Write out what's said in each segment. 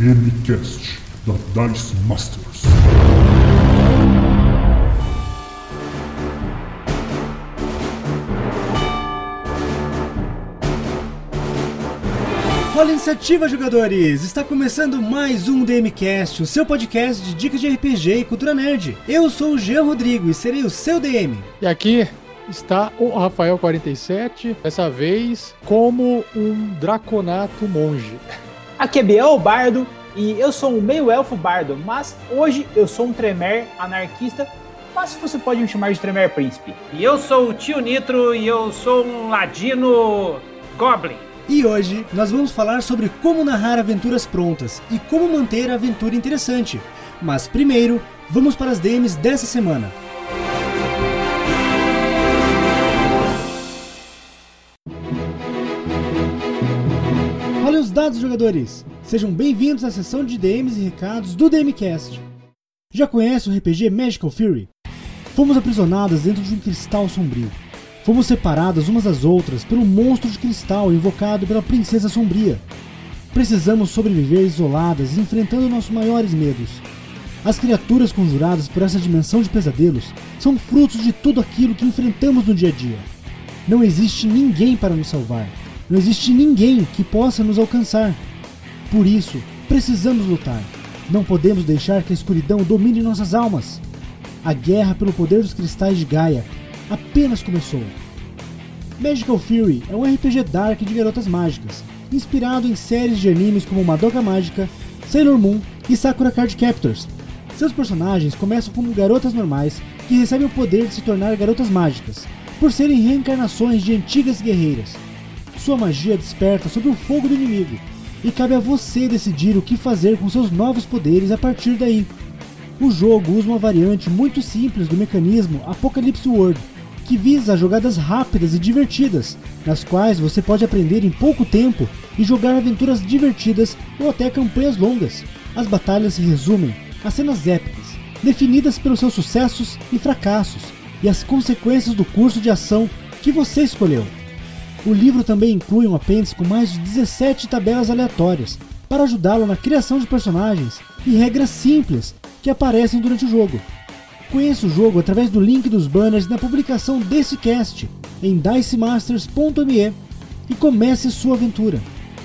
DMCast da Dice Masters. Rola iniciativa, jogadores! Está começando mais um DMCast, o seu podcast de dicas de RPG e cultura nerd. Eu sou o Jean Rodrigo e serei o seu DM. E aqui está o Rafael47, dessa vez como um Draconato monge. Aqui é Biel Bardo e eu sou um meio-elfo bardo, mas hoje eu sou um Tremere anarquista, mas você pode me chamar de Tremere príncipe. E eu sou o Tio Nitro e eu sou um ladino goblin. E hoje nós vamos falar sobre como narrar aventuras prontas e como manter a aventura interessante. Mas primeiro, vamos para as DMs dessa semana. Olhem os dados, jogadores! Sejam bem-vindos à sessão de DMs e recados do DMCast. Já conhece o RPG Magical Fury? Fomos aprisionadas dentro de um cristal sombrio. Fomos separadas umas das outras pelo monstro de cristal invocado pela Princesa Sombria. Precisamos sobreviver isoladas, enfrentando nossos maiores medos. As criaturas conjuradas por essa dimensão de pesadelos são frutos de tudo aquilo que enfrentamos no dia a dia. Não existe ninguém para nos salvar. Não existe ninguém que possa nos alcançar. Por isso, precisamos lutar. Não podemos deixar que a escuridão domine nossas almas. A guerra pelo poder dos cristais de Gaia apenas começou. Magical Fury é um RPG Dark de garotas mágicas, inspirado em séries de animes como Madoka Mágica, Sailor Moon e Sakura Card Captors. Seus personagens começam como garotas normais que recebem o poder de se tornar garotas mágicas, por serem reencarnações de antigas guerreiras. Sua magia desperta sob o fogo do inimigo, e cabe a você decidir o que fazer com seus novos poderes a partir daí. O jogo usa uma variante muito simples do mecanismo Apocalypse World, que visa jogadas rápidas e divertidas, nas quais você pode aprender em pouco tempo e jogar aventuras divertidas ou até campanhas longas. As batalhas se resumem a cenas épicas, definidas pelos seus sucessos e fracassos, e as consequências do curso de ação que você escolheu. O livro também inclui um apêndice com mais de 17 tabelas aleatórias, para ajudá-lo na criação de personagens e regras simples que aparecem durante o jogo. Conheça o jogo através do link dos banners na publicação desse cast em dicemasters.me e comece sua aventura.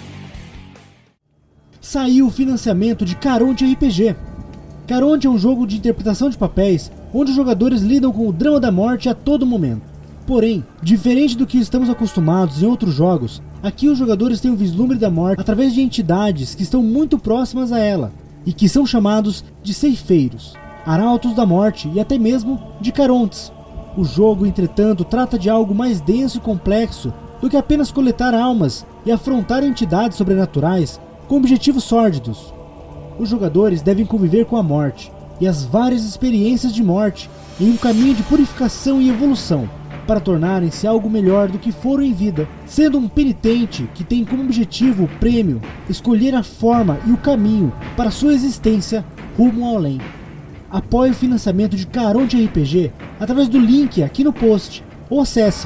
Saiu o financiamento de Caronte RPG. Caronte é um jogo de interpretação de papéis onde os jogadores lidam com o drama da morte a todo momento. Porém, diferente do que estamos acostumados em outros jogos, aqui os jogadores têm um vislumbre da morte através de entidades que estão muito próximas a ela e que são chamados de ceifeiros, arautos da morte e até mesmo de carontes. O jogo, entretanto, trata de algo mais denso e complexo do que apenas coletar almas e afrontar entidades sobrenaturais com objetivos sórdidos. Os jogadores devem conviver com a morte e as várias experiências de morte em um caminho de purificação e evolução, para tornarem-se algo melhor do que foram em vida, sendo um penitente que tem como objetivo o prêmio, escolher a forma e o caminho para sua existência rumo ao além. Apoie o financiamento de Caronte RPG através do link aqui no post ou acesse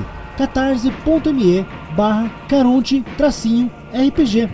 catarse.me/caronte-rpg.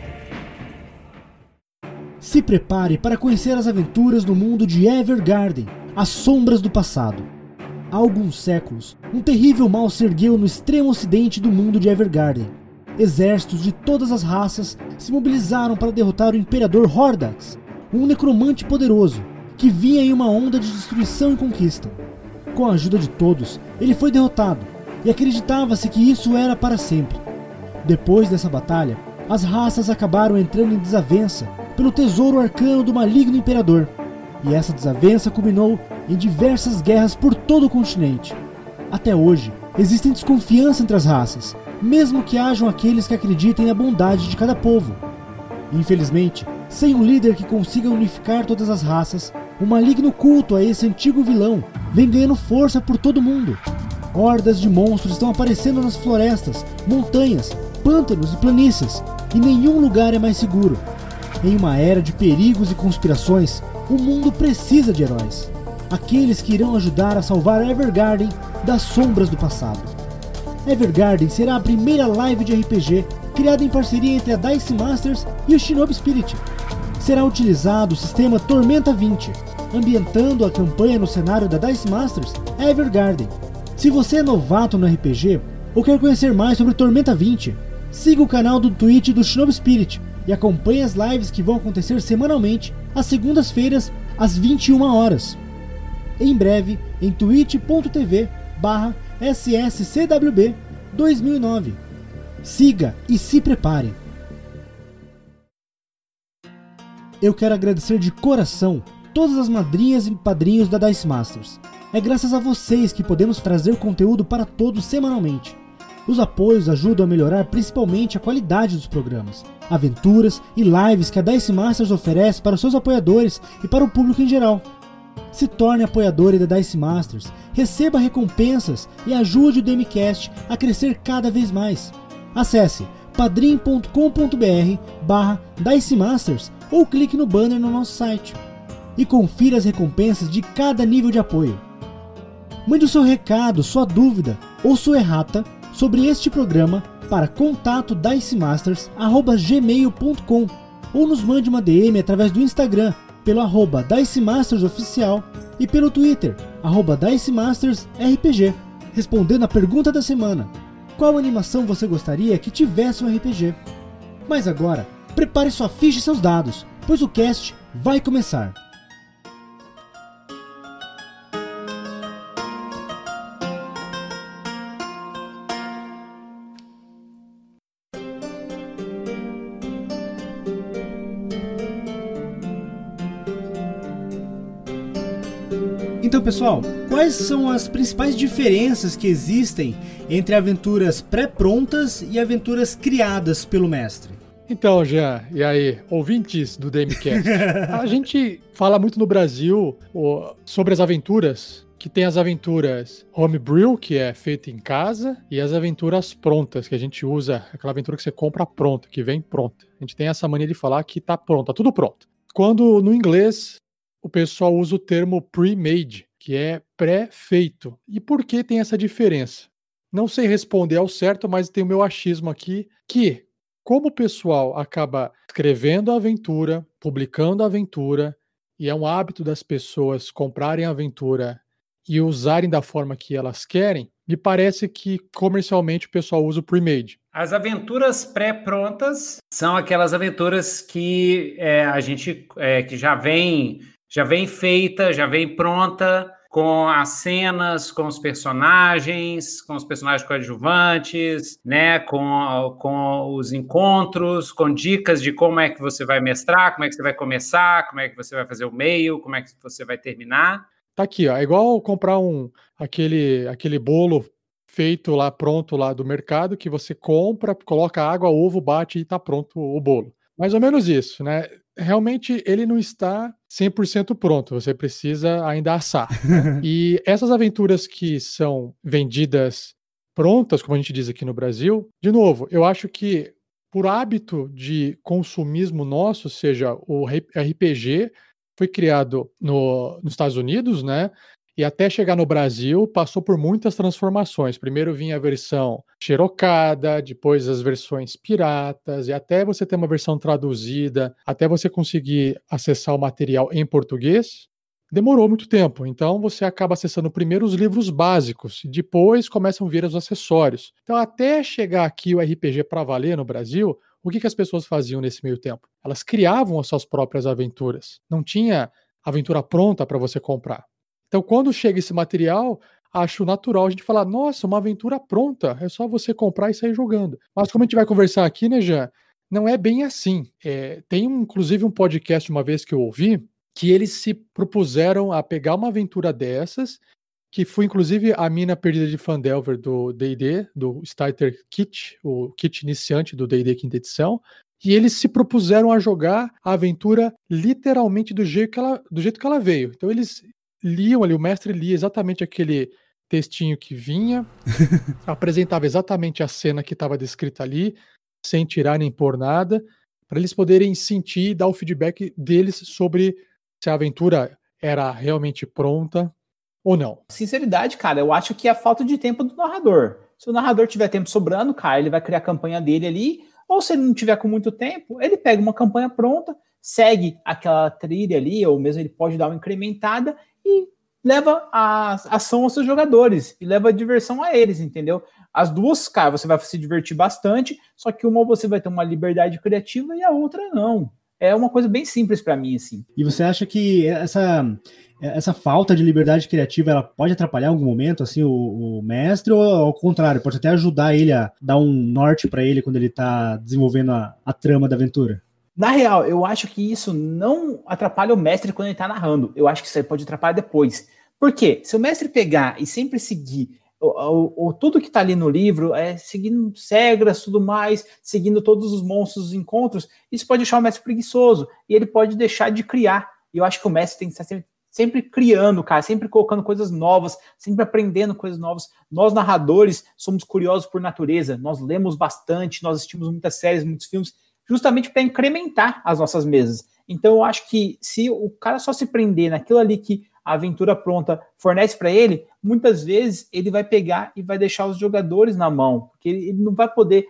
Se prepare para conhecer as aventuras no mundo de Evergarden, as sombras do passado. Há alguns séculos, um terrível mal se ergueu no extremo ocidente do mundo de Evergarden. Exércitos de todas as raças se mobilizaram para derrotar o Imperador Hordax, um necromante poderoso, que vinha em uma onda de destruição e conquista. Com a ajuda de todos, ele foi derrotado, e acreditava-se que isso era para sempre. Depois dessa batalha, as raças acabaram entrando em desavença pelo tesouro arcano do maligno imperador, e essa desavença culminou em diversas guerras por todo o continente. Até hoje, existe desconfiança entre as raças, mesmo que hajam aqueles que acreditem na bondade de cada povo. Infelizmente, sem um líder que consiga unificar todas as raças, o maligno culto a esse antigo vilão vem ganhando força por todo o mundo. Hordas de monstros estão aparecendo nas florestas, montanhas, pântanos e planícies, e nenhum lugar é mais seguro. Em uma era de perigos e conspirações, o mundo precisa de heróis. Aqueles que irão ajudar a salvar Evergarden das sombras do passado. Evergarden será a primeira live de RPG criada em parceria entre a Dice Masters e o Shinobi Spirit. será utilizado o sistema Tormenta 20, ambientando a campanha no cenário da Dice Masters Evergarden. Se você é novato no RPG ou quer conhecer mais sobre Tormenta 20, siga o canal do Twitch do Shinobi Spirit e acompanhe as lives que vão acontecer semanalmente às segundas-feiras às 21 horas. Em breve em twitch.tv/SSCWB 2009. Siga e se prepare. Eu quero agradecer de coração todas as madrinhas e padrinhos da Dice Masters. É graças a vocês que podemos trazer conteúdo para todos semanalmente. Os apoios ajudam a melhorar principalmente a qualidade dos programas, aventuras e lives que a Dice Masters oferece para os seus apoiadores e para o público em geral. Se torne apoiador da Dice Masters, receba recompensas e ajude o DMCast a crescer cada vez mais. Acesse padrim.com.br/DiceMasters ou clique no banner no nosso site e confira as recompensas de cada nível de apoio. Mande o seu recado, sua dúvida ou sua errata sobre este programa para contato@dicemasters@gmail.com ou nos mande uma DM através do Instagram pelo @DiceMastersOficial e pelo Twitter @DiceMastersRPG, respondendo a pergunta da semana: qual animação você gostaria que tivesse um RPG? Mas agora, prepare sua ficha e seus dados, pois o cast vai começar. Então, pessoal, quais são as principais diferenças que existem entre aventuras pré-prontas e aventuras criadas pelo mestre? Então, Jean, e aí, ouvintes do DMCast? A gente fala muito no Brasil sobre as aventuras, que tem as aventuras homebrew, que é feita em casa, e as aventuras prontas, que a gente usa, aquela aventura que você compra pronta, que vem pronta. A gente tem essa mania de falar que tá pronto, tá tudo pronto. Quando no inglês o pessoal usa o termo pre-made, que é pré-feito. E por que tem essa diferença? Não sei responder ao certo, mas tem o meu achismo aqui, que como o pessoal acaba escrevendo a aventura, publicando a aventura, e é um hábito das pessoas comprarem a aventura e usarem da forma que elas querem, me parece que comercialmente o pessoal usa o pre-made. As aventuras pré-prontas são aquelas aventuras que a gente que já vem feita, já vem pronta, com as cenas, com os personagens coadjuvantes, né, com os encontros, com dicas de como é que você vai mestrar, como é que você vai começar, como é que você vai fazer o meio, como é que você vai terminar. Tá aqui, ó, é igual comprar aquele bolo feito lá, pronto lá do mercado, que você compra, coloca água, ovo, bate e tá pronto o bolo. Mais ou menos isso, né? Realmente ele não está 100% pronto, você precisa ainda assar. E essas aventuras que são vendidas prontas, como a gente diz aqui no Brasil, de novo, eu acho que por hábito de consumismo nosso, ou seja, o RPG foi criado nos Estados Unidos, né? E até chegar no Brasil, passou por muitas transformações. Primeiro vinha a versão xerocada, depois as versões piratas, e até você ter uma versão traduzida, até você conseguir acessar o material em português, demorou muito tempo. Então você acaba acessando primeiro os livros básicos, e depois começam a vir os acessórios. Então até chegar aqui o RPG para valer no Brasil, o que as pessoas faziam nesse meio tempo? Elas criavam as suas próprias aventuras. Não tinha aventura pronta para você comprar. Então, quando chega esse material, acho natural a gente falar, nossa, uma aventura pronta, é só você comprar e sair jogando. Mas como a gente vai conversar aqui, né, Jean, não é bem assim. Tem inclusive um podcast uma vez que eu ouvi, que eles se propuseram a pegar uma aventura dessas, que foi inclusive a mina perdida de Phandelver do D&D, do Starter Kit, o kit iniciante do D&D quinta edição, e eles se propuseram a jogar a aventura literalmente do jeito que ela veio. Então eles liam ali, o mestre lia exatamente aquele textinho que vinha, apresentava exatamente a cena que estava descrita ali, sem tirar nem pôr nada, para eles poderem sentir e dar o feedback deles sobre se a aventura era realmente pronta ou não. Sinceridade, cara, eu acho que é a falta de tempo do narrador. Se o narrador tiver tempo sobrando, cara, ele vai criar a campanha dele ali, Ou se ele não tiver com muito tempo, ele pega uma campanha pronta, segue aquela trilha ali, ou mesmo ele pode dar uma incrementada e leva a ação aos seus jogadores e leva a diversão a eles, entendeu? As duas, cara, você vai se divertir bastante, só que uma você vai ter uma liberdade criativa e a outra não. É uma coisa bem simples para mim, assim. E você acha que essa falta de liberdade criativa, ela pode atrapalhar em algum momento, assim, o mestre, ou ao contrário, pode até ajudar ele a dar um norte para ele quando ele tá desenvolvendo a trama da aventura? Na real, eu acho que isso não atrapalha o mestre quando ele tá narrando. Eu acho que isso aí pode atrapalhar depois. Por quê? Se o mestre pegar e sempre seguir tudo que tá ali no livro, seguindo regras, tudo mais, seguindo todos os monstros, os encontros, isso pode deixar o mestre preguiçoso. E ele pode deixar de criar. E eu acho que o mestre tem que estar sempre criando, cara, sempre colocando coisas novas, sempre aprendendo coisas novas. Nós, narradores, somos curiosos por natureza. Nós lemos bastante, nós assistimos muitas séries, muitos filmes, justamente para incrementar as nossas mesas. Então eu acho que se o cara só se prender naquilo ali que a aventura pronta fornece para ele, muitas vezes ele vai pegar e vai deixar os jogadores na mão, porque ele não vai poder,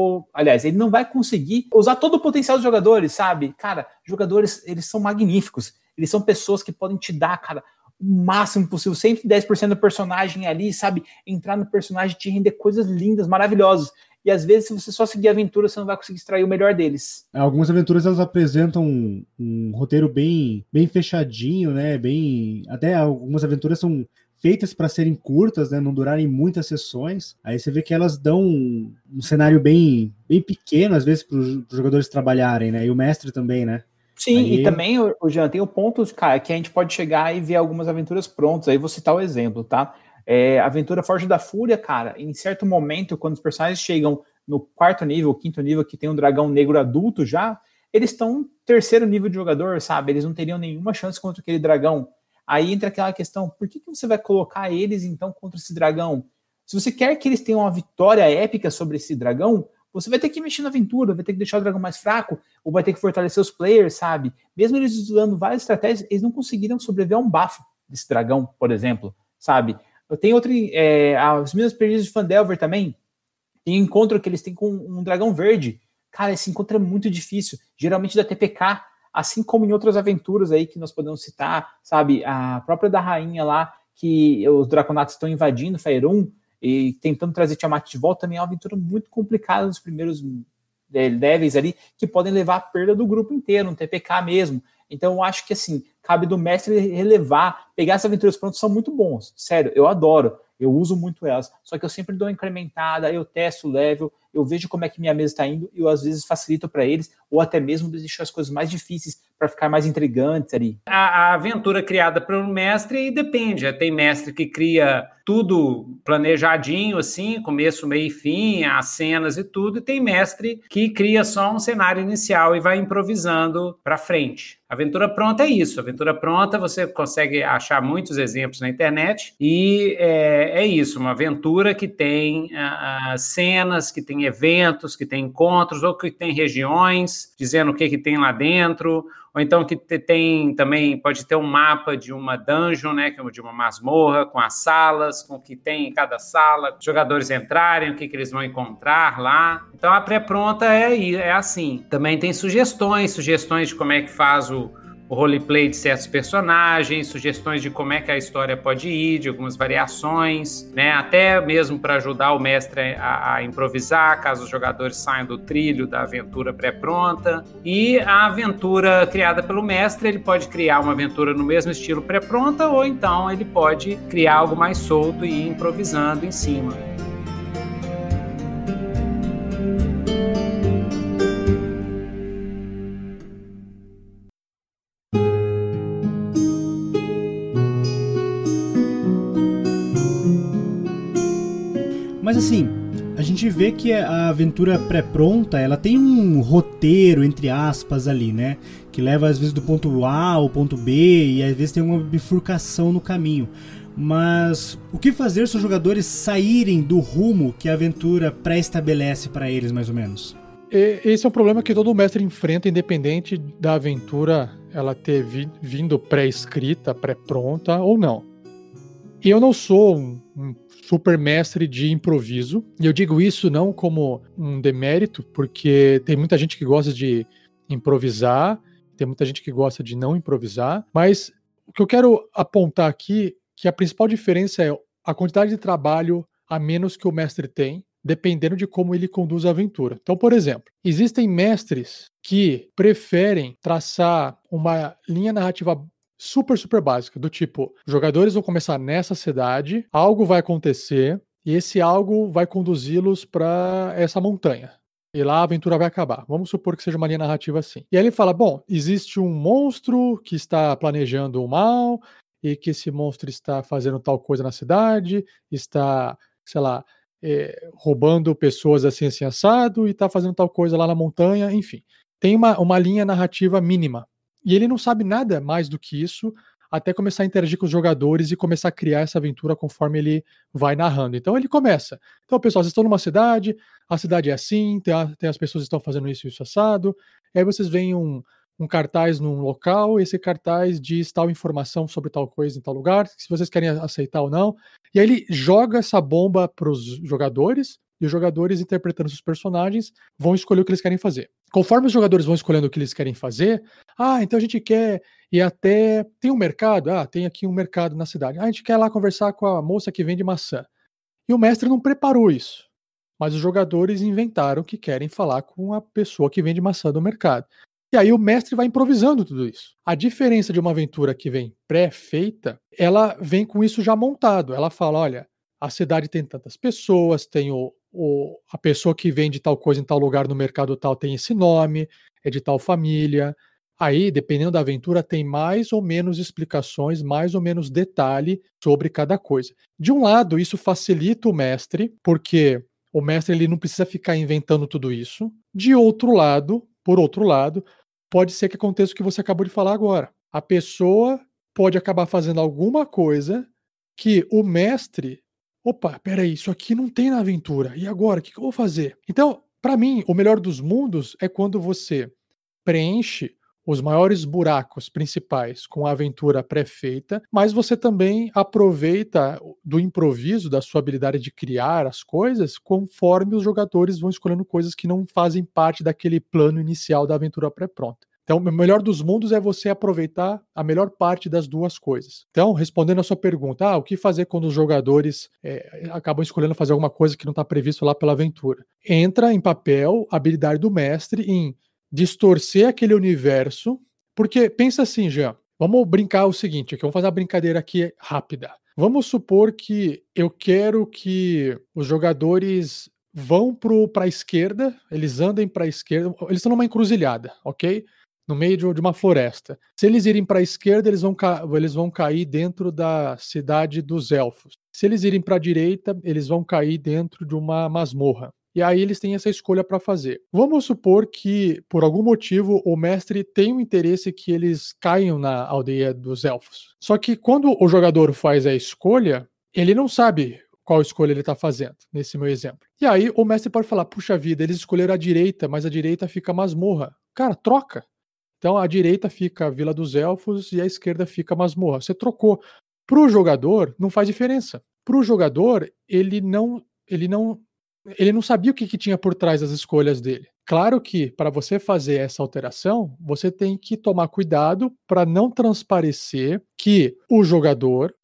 ele não vai conseguir usar todo o potencial dos jogadores, sabe? Cara, jogadores, eles são magníficos, eles são pessoas que podem te dar, cara, o máximo possível, 110% do personagem ali, sabe? Entrar no personagem, te render coisas lindas, maravilhosas. E às vezes, se você só seguir a aventura, você não vai conseguir extrair o melhor deles. Algumas aventuras, elas apresentam um roteiro bem fechadinho, né? Até algumas aventuras são feitas para serem curtas, né? Não durarem muitas sessões. Aí você vê que elas dão um cenário bem pequeno, às vezes, para os jogadores trabalharem, né? E o mestre também, né? Sim, aí... e também, Jean, tem o ponto, cara, que a gente pode chegar e ver algumas aventuras prontas. Aí vou citar o exemplo, tá? A aventura Forja da Fúria, cara, em certo momento, quando os personagens chegam no 4º nível, 5º nível, que tem um dragão negro adulto já, eles estão no 3º nível de jogador, sabe? Eles não teriam nenhuma chance contra aquele dragão. Aí entra aquela questão, por que você vai colocar eles, então, contra esse dragão? Se você quer que eles tenham uma vitória épica sobre esse dragão, você vai ter que mexer na aventura, vai ter que deixar o dragão mais fraco, ou vai ter que fortalecer os players, sabe? Mesmo eles usando várias estratégias, eles não conseguiram sobreviver a um bafo desse dragão, por exemplo, sabe? Eu tenho as Minas Perdidas de Phandelver também, tem um encontro que eles têm com um dragão verde. Cara, esse encontro é muito difícil, geralmente dá TPK, assim como em outras aventuras aí que nós podemos citar, sabe? A própria da rainha lá, que os Draconatos estão invadindo Faerun e tentando trazer Tiamat de volta, também é uma aventura muito complicada nos primeiros levels ali, que podem levar à perda do grupo inteiro, um TPK mesmo. Então eu acho que assim, cabe do mestre relevar, pegar essas aventuras prontas, são muito bons, sério, eu adoro, eu uso muito elas, só que eu sempre dou uma incrementada, eu testo o level, eu vejo como é que minha mesa está indo e eu às vezes facilito para eles, ou até mesmo deixo as coisas mais difíceis para ficar mais intrigantes ali. A aventura criada pelo mestre depende, tem mestre que cria tudo planejadinho, assim, começo, meio e fim, as cenas e tudo, e tem mestre que cria só um cenário inicial e vai improvisando para frente. Aventura pronta é isso, aventura pronta você consegue achar muitos exemplos na internet e é isso, uma aventura que tem cenas, que tem eventos, que tem encontros ou que tem regiões, dizendo o que tem lá dentro, ou então que tem também, pode ter um mapa de uma dungeon, né, de uma masmorra, com as salas, com o que tem em cada sala, os jogadores entrarem, o que eles vão encontrar lá. Então a pré-pronta é assim. Também tem sugestões de como é que faz o roleplay de certos personagens, sugestões de como é que a história pode ir, de algumas variações, né? Até mesmo para ajudar o mestre a improvisar, caso os jogadores saiam do trilho da aventura pré-pronta. E a aventura criada pelo mestre, ele pode criar uma aventura no mesmo estilo pré-pronta, ou então ele pode criar algo mais solto e ir improvisando em cima. Mas assim, a gente vê que a aventura pré-pronta, ela tem um roteiro, entre aspas, ali, né? Que leva às vezes do ponto A ao ponto B e às vezes tem uma bifurcação no caminho. Mas o que fazer se os jogadores saírem do rumo que a aventura pré-estabelece para eles, mais ou menos? Esse é um problema que todo mestre enfrenta, independente da aventura ela ter vindo pré-escrita, pré-pronta ou não. Eu não sou um super mestre de improviso, e eu digo isso não como um demérito, porque tem muita gente que gosta de improvisar, tem muita gente que gosta de não improvisar, mas o que eu quero apontar aqui, que a principal diferença é a quantidade de trabalho a menos que o mestre tem, dependendo de como ele conduz a aventura. Então, por exemplo, existem mestres que preferem traçar uma linha narrativa super básica, do tipo, os jogadores vão começar nessa cidade, algo vai acontecer, e esse algo vai conduzi-los para essa montanha. E lá a aventura vai acabar. Vamos supor que seja uma linha narrativa assim. E aí ele fala, bom, existe um monstro que está planejando o mal, e que esse monstro está fazendo tal coisa na cidade, está, sei lá, roubando pessoas assim assado, e está fazendo tal coisa lá na montanha, enfim. Tem uma linha narrativa mínima. E ele não sabe nada mais do que isso, até começar a interagir com os jogadores e começar a criar essa aventura conforme ele vai narrando. Então ele começa. Então, pessoal, vocês estão numa cidade, a cidade é assim, tem as pessoas que estão fazendo isso assado, e aí vocês veem um cartaz num local, esse cartaz diz tal informação sobre tal coisa em tal lugar, se vocês querem aceitar ou não. E aí ele joga essa bomba para os jogadores, e os jogadores, interpretando seus personagens, vão escolher o que eles querem fazer. Conforme os jogadores vão escolhendo o que eles querem fazer, então a gente quer ir até... Tem um mercado? Tem aqui um mercado na cidade. A gente quer lá conversar com a moça que vende maçã. E o mestre não preparou isso. Mas os jogadores inventaram que querem falar com a pessoa que vende maçã do mercado. E aí o mestre vai improvisando tudo isso. A diferença de uma aventura que vem pré-feita, ela vem com isso já montado. Ela fala, olha, a cidade tem tantas pessoas, tem a pessoa que vende tal coisa em tal lugar no mercado tal tem esse nome, é de tal família. Aí, dependendo da aventura, tem mais ou menos explicações, mais ou menos detalhe sobre cada coisa. De um lado, isso facilita o mestre, porque o mestre ele não precisa ficar inventando tudo isso. Por outro lado, pode ser que aconteça o que você acabou de falar agora. A pessoa pode acabar fazendo alguma coisa que o mestre... Opa, peraí, isso aqui não tem na aventura. E agora, o que eu vou fazer? Então, para mim, o melhor dos mundos é quando você preenche os maiores buracos principais com a aventura pré-feita, mas você também aproveita do improviso, da sua habilidade de criar as coisas, conforme os jogadores vão escolhendo coisas que não fazem parte daquele plano inicial da aventura pré-pronta. Então, o melhor dos mundos é você aproveitar a melhor parte das duas coisas. Então, respondendo a sua pergunta, o que fazer quando os jogadores acabam escolhendo fazer alguma coisa que não está previsto lá pela aventura? Entra em papel a habilidade do mestre em distorcer aquele universo, porque pensa assim, Jean, vamos brincar o seguinte, aqui, vamos fazer uma brincadeira aqui rápida. Vamos supor que eu quero que os jogadores vão para a esquerda, eles andem para a esquerda, eles estão numa encruzilhada, ok? No meio de uma floresta. Se eles irem para a esquerda, eles vão cair dentro da cidade dos elfos. Se eles irem para a direita, eles vão cair dentro de uma masmorra. E aí eles têm essa escolha para fazer. Vamos supor que, por algum motivo, o mestre tem um interesse que eles caiam na aldeia dos elfos. Só que quando o jogador faz a escolha, ele não sabe qual escolha ele está fazendo, nesse meu exemplo. E aí o mestre pode falar, puxa vida, eles escolheram a direita, mas a direita fica masmorra. Cara, troca. Então a direita fica a Vila dos Elfos e a esquerda fica a masmorra. Você trocou. Para o jogador, não faz diferença. Para o jogador, ele não sabia o que tinha por trás das escolhas dele. Claro que, para você fazer essa alteração, você tem que tomar cuidado para não transparecer que o jogador,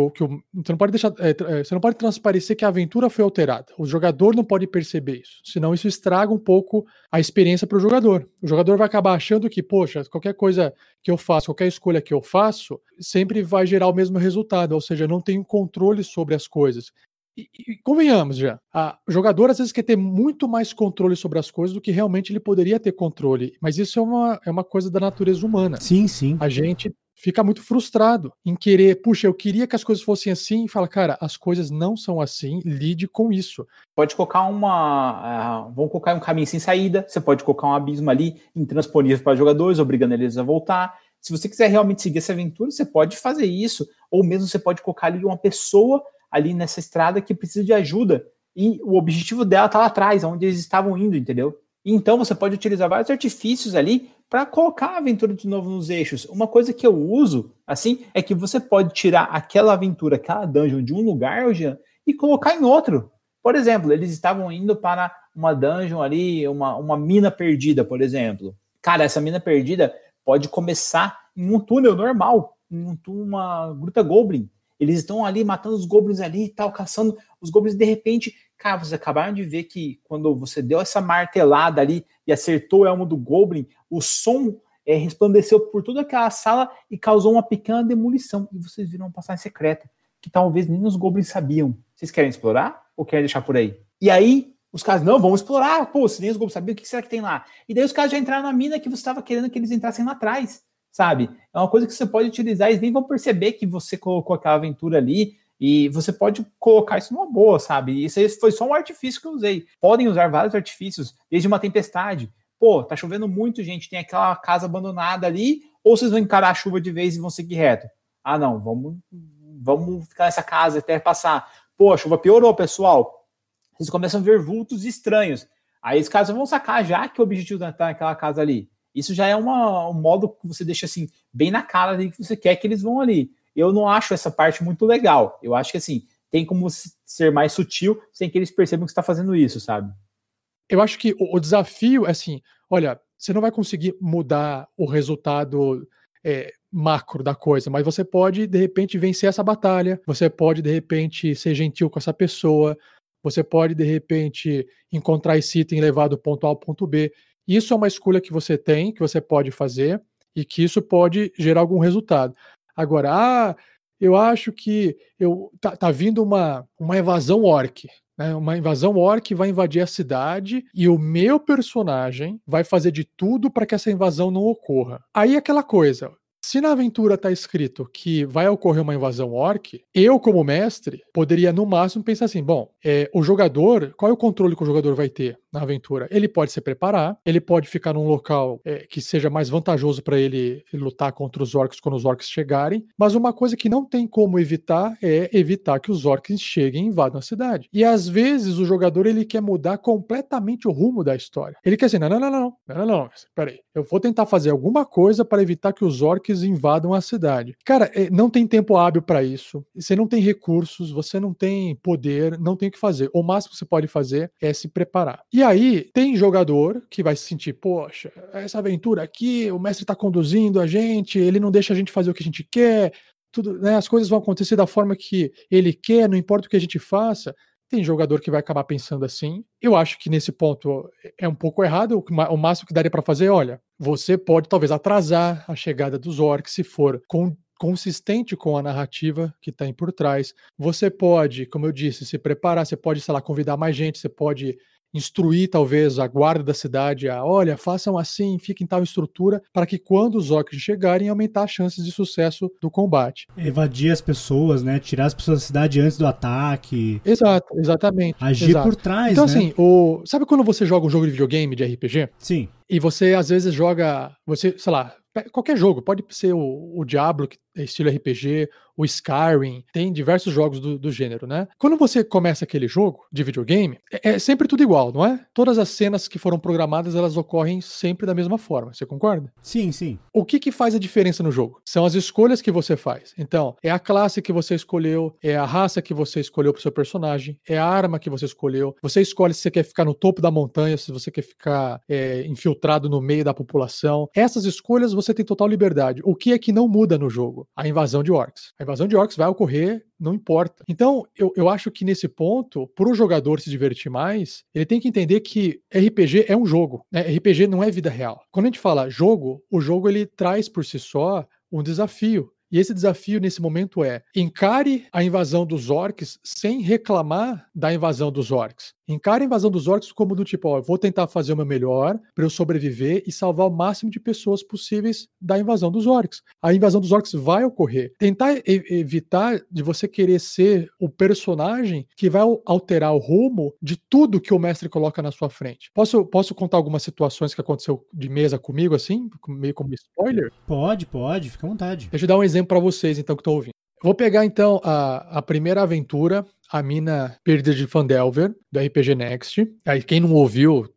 você não pode transparecer que a aventura foi alterada. O jogador não pode perceber isso, senão isso estraga um pouco a experiência para o jogador. O jogador vai acabar achando que, poxa, qualquer coisa que eu faço, qualquer escolha que eu faço, sempre vai gerar o mesmo resultado, ou seja, eu não tenho controle sobre as coisas. E convenhamos já, o jogador às vezes quer ter muito mais controle sobre as coisas do que realmente ele poderia ter controle, mas isso é uma coisa da natureza humana. Sim, sim. A gente fica muito frustrado em querer, puxa, eu queria que as coisas fossem assim, e fala, cara, as coisas não são assim, lide com isso. Pode colocar vamos colocar um caminho sem saída, você pode colocar um abismo ali, intransponível para os jogadores, obrigando eles a voltar. Se você quiser realmente seguir essa aventura, você pode fazer isso, ou mesmo você pode colocar ali uma pessoa ali nessa estrada que precisa de ajuda, e o objetivo dela tá lá atrás, onde eles estavam indo, entendeu? E então você pode utilizar vários artifícios ali para colocar a aventura de novo nos eixos. Uma coisa que eu uso, assim, é que você pode tirar aquela aventura, aquela dungeon de um lugar, Jean, e colocar em outro. Por exemplo, eles estavam indo para uma dungeon ali, uma mina perdida, por exemplo. Cara, essa mina perdida pode começar em um túnel normal, uma gruta Goblin. Eles estão ali matando os Goblins ali e tal, caçando os Goblins. De repente, cara, vocês acabaram de ver que quando você deu essa martelada ali e acertou o elmo do Goblin, o som resplandeceu por toda aquela sala e causou uma pequena demolição. E vocês viram uma passagem secreta que talvez nem os Goblins sabiam. Vocês querem explorar ou querem deixar por aí? E aí, os caras, não, vamos explorar. Pô, se nem os Goblins sabiam, o que será que tem lá? E daí os caras já entraram na mina que você estava querendo que eles entrassem lá atrás, sabe? É uma coisa que você pode utilizar, eles nem vão perceber que você colocou aquela aventura ali e você pode colocar isso numa boa, sabe? Isso aí foi só um artifício que eu usei. Podem usar vários artifícios, desde uma tempestade. Pô, tá chovendo muito, gente, tem aquela casa abandonada ali, ou vocês vão encarar a chuva de vez e vão seguir reto? Ah, não, vamos ficar nessa casa até passar. Pô, a chuva piorou, pessoal. Vocês começam a ver vultos estranhos. Aí os caras vão sacar já que o objetivo tá naquela casa ali. Isso já é um modo que você deixa assim, bem na cara ali que você quer que eles vão ali. Eu não acho essa parte muito legal. Eu acho que assim, tem como ser mais sutil sem que eles percebam que você está fazendo isso, sabe? Eu acho que o desafio é assim, olha, você não vai conseguir mudar o resultado macro da coisa, mas você pode, de repente, vencer essa batalha, você pode, de repente, ser gentil com essa pessoa, você pode, de repente, encontrar esse item e levar do ponto A ao ponto B. Isso é uma escolha que você tem, que você pode fazer, e que isso pode gerar algum resultado. Agora, eu acho que tá vindo uma invasão orc, né? Uma invasão orc vai invadir a cidade e o meu personagem vai fazer de tudo para que essa invasão não ocorra. Aí aquela coisa, se na aventura tá escrito que vai ocorrer uma invasão orc, eu, como mestre, poderia no máximo pensar assim, bom, o jogador, qual é o controle que o jogador vai ter na aventura? Ele pode se preparar, ele pode ficar num local que seja mais vantajoso para ele lutar contra os orcs quando os orcs chegarem, mas uma coisa que não tem como evitar é evitar que os orcs cheguem e invadam a cidade. E às vezes o jogador ele quer mudar completamente o rumo da história. Ele quer assim, não, peraí, eu vou tentar fazer alguma coisa para evitar que os orcs invadam a cidade. Cara, não tem tempo hábil para isso, você não tem recursos, você não tem poder, não tem o que fazer. O máximo que você pode fazer é se preparar. E aí, tem jogador que vai se sentir, poxa, essa aventura aqui, o mestre tá conduzindo a gente, ele não deixa a gente fazer o que a gente quer, tudo, né, as coisas vão acontecer da forma que ele quer, não importa o que a gente faça. Tem jogador que vai acabar pensando assim. Eu acho que nesse ponto é um pouco errado. O máximo que daria para fazer, olha, você pode talvez atrasar a chegada dos orcs se for consistente com a narrativa que tem por trás. Você pode, como eu disse, se preparar, você pode, sei lá, convidar mais gente, você pode instruir talvez a guarda da cidade a, olha, façam assim, fiquem em tal estrutura, para que quando os orcs chegarem, aumentar as chances de sucesso do combate. Evadir as pessoas, né? Tirar as pessoas da cidade antes do ataque. Exatamente. Agir por trás, então, né? Assim, sabe quando você joga um jogo de videogame, de RPG? Sim. E você, às vezes, joga, sei lá, qualquer jogo, pode ser o Diablo, que é estilo RPG, o Skyrim, tem diversos jogos do gênero, né? Quando você começa aquele jogo de videogame, é sempre tudo igual, não é? Todas as cenas que foram programadas, elas ocorrem sempre da mesma forma, você concorda? Sim, sim. O que faz a diferença no jogo? São as escolhas que você faz. Então, é a classe que você escolheu, é a raça que você escolheu pro seu personagem, é a arma que você escolheu, você escolhe se você quer ficar no topo da montanha, se você quer ficar infiltrado no meio da população. Essas escolhas você tem total liberdade. O que é que não muda no jogo? A invasão de orcs. A invasão de orcs vai ocorrer, não importa. Então, eu acho que nesse ponto, pro jogador se divertir mais, ele tem que entender que RPG é um jogo, né? RPG não é vida real. Quando a gente fala jogo, o jogo ele traz por si só um desafio. E esse desafio nesse momento encare a invasão dos orcs sem reclamar da invasão dos orcs. Encare a invasão dos orcs como do tipo, eu vou tentar fazer o meu melhor para eu sobreviver e salvar o máximo de pessoas possíveis da invasão dos orcs. A invasão dos orcs vai ocorrer. Tentar evitar de você querer ser o personagem que vai alterar o rumo de tudo que o mestre coloca na sua frente. Posso contar algumas situações que aconteceu de mesa comigo, assim, meio como spoiler? Pode, fica à vontade. Deixa eu dar um exemplo para vocês, então, que estão ouvindo. Vou pegar, então, a primeira aventura, a mina Perdida de Phandelver, do RPG Next. Aí, quem não ouviu,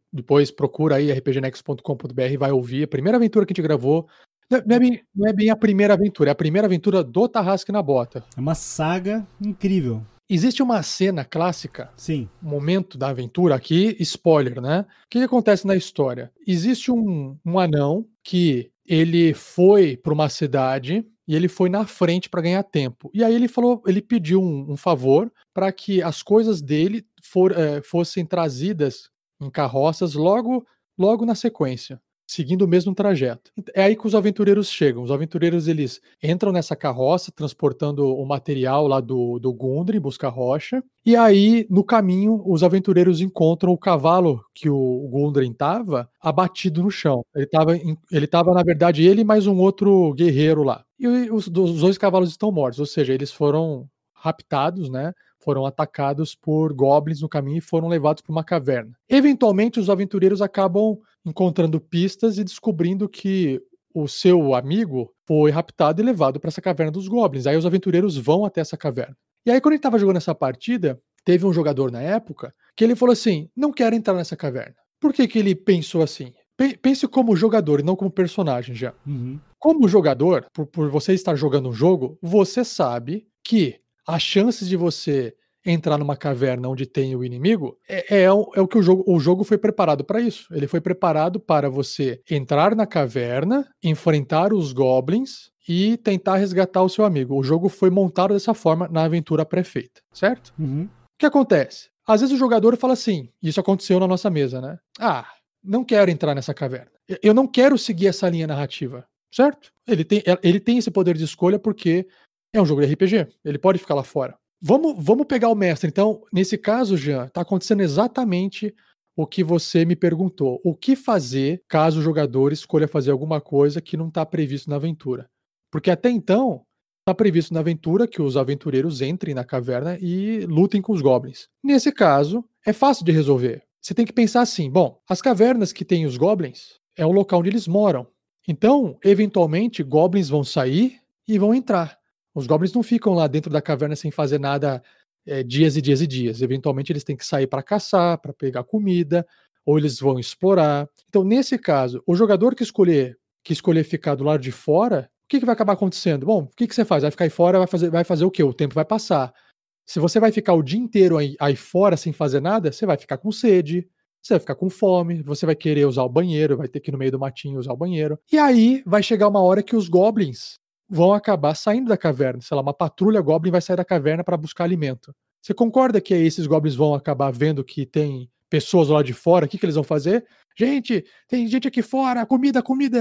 depois procura aí rpgnext.com.br e vai ouvir a primeira aventura que a gente gravou. Não é bem a primeira aventura, é a primeira aventura do Tarrasque na Bota. É uma saga incrível. Existe uma cena clássica, Sim. momento da aventura aqui, spoiler, né? O que acontece na história? Existe um anão que ele foi para uma cidade e ele foi na frente para ganhar tempo. E aí ele pediu um favor para que as coisas dele fossem trazidas em carroças logo na sequência, seguindo o mesmo trajeto. É aí que os aventureiros chegam. Os aventureiros, eles entram nessa carroça, transportando o material lá do Gundren, busca rocha, e aí, no caminho, os aventureiros encontram o cavalo que o Gundren estava abatido no chão. Ele estava, na verdade, ele e mais um outro guerreiro lá. E os dois cavalos estão mortos, ou seja, eles foram raptados, né? Foram atacados por goblins no caminho e foram levados para uma caverna. Eventualmente, os aventureiros acabam encontrando pistas e descobrindo que o seu amigo foi raptado e levado para essa caverna dos goblins. Aí os aventureiros vão até essa caverna. E aí, quando ele estava jogando essa partida, teve um jogador na época que ele falou assim: não quero entrar nessa caverna. Por que ele pensou assim? Pense como jogador e não como personagem já. Uhum. Como jogador, por você estar jogando um jogo, você sabe que as chances de você entrar numa caverna onde tem o inimigo é o que o jogo foi preparado para isso. Ele foi preparado para você entrar na caverna, enfrentar os goblins e tentar resgatar o seu amigo. O jogo foi montado dessa forma na aventura pré-feita, certo? Uhum. O que acontece? Às vezes o jogador fala assim, isso aconteceu na nossa mesa, né? Não quero entrar nessa caverna. Eu não quero seguir essa linha narrativa, certo? Ele tem esse poder de escolha porque é um jogo de RPG. Ele pode ficar lá fora. Vamos pegar o mestre. Então, nesse caso, Jean, está acontecendo exatamente o que você me perguntou. O que fazer caso o jogador escolha fazer alguma coisa que não está previsto na aventura? Porque até então, está previsto na aventura que os aventureiros entrem na caverna e lutem com os goblins. Nesse caso, é fácil de resolver. Você tem que pensar assim, bom, as cavernas que tem os goblins é o local onde eles moram. Então, eventualmente, goblins vão sair e vão entrar. Os goblins não ficam lá dentro da caverna sem fazer nada dias e dias e dias. Eventualmente eles têm que sair para caçar, para pegar comida, ou eles vão explorar. Então, nesse caso, o jogador que escolher ficar do lado de fora, o que vai acabar acontecendo? Bom, o que você faz? Vai ficar aí fora, vai fazer o quê? O tempo vai passar. Se você vai ficar o dia inteiro aí fora sem fazer nada, você vai ficar com sede, você vai ficar com fome, você vai querer usar o banheiro, vai ter que ir no meio do matinho usar o banheiro. E aí vai chegar uma hora que os goblins vão acabar saindo da caverna. Sei lá, uma patrulha goblin vai sair da caverna para buscar alimento. Você concorda que esses goblins vão acabar vendo que tem pessoas lá de fora? O que eles vão fazer? Gente, tem gente aqui fora, comida,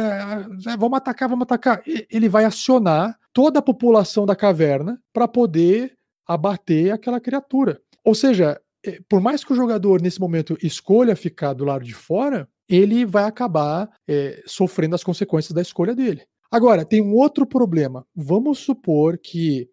vamos atacar. Ele vai acionar toda a população da caverna para poder abater aquela criatura. Ou seja, por mais que o jogador nesse momento escolha ficar do lado de fora, ele vai acabar sofrendo as consequências da escolha dele. Agora, tem um outro problema. Vamos supor que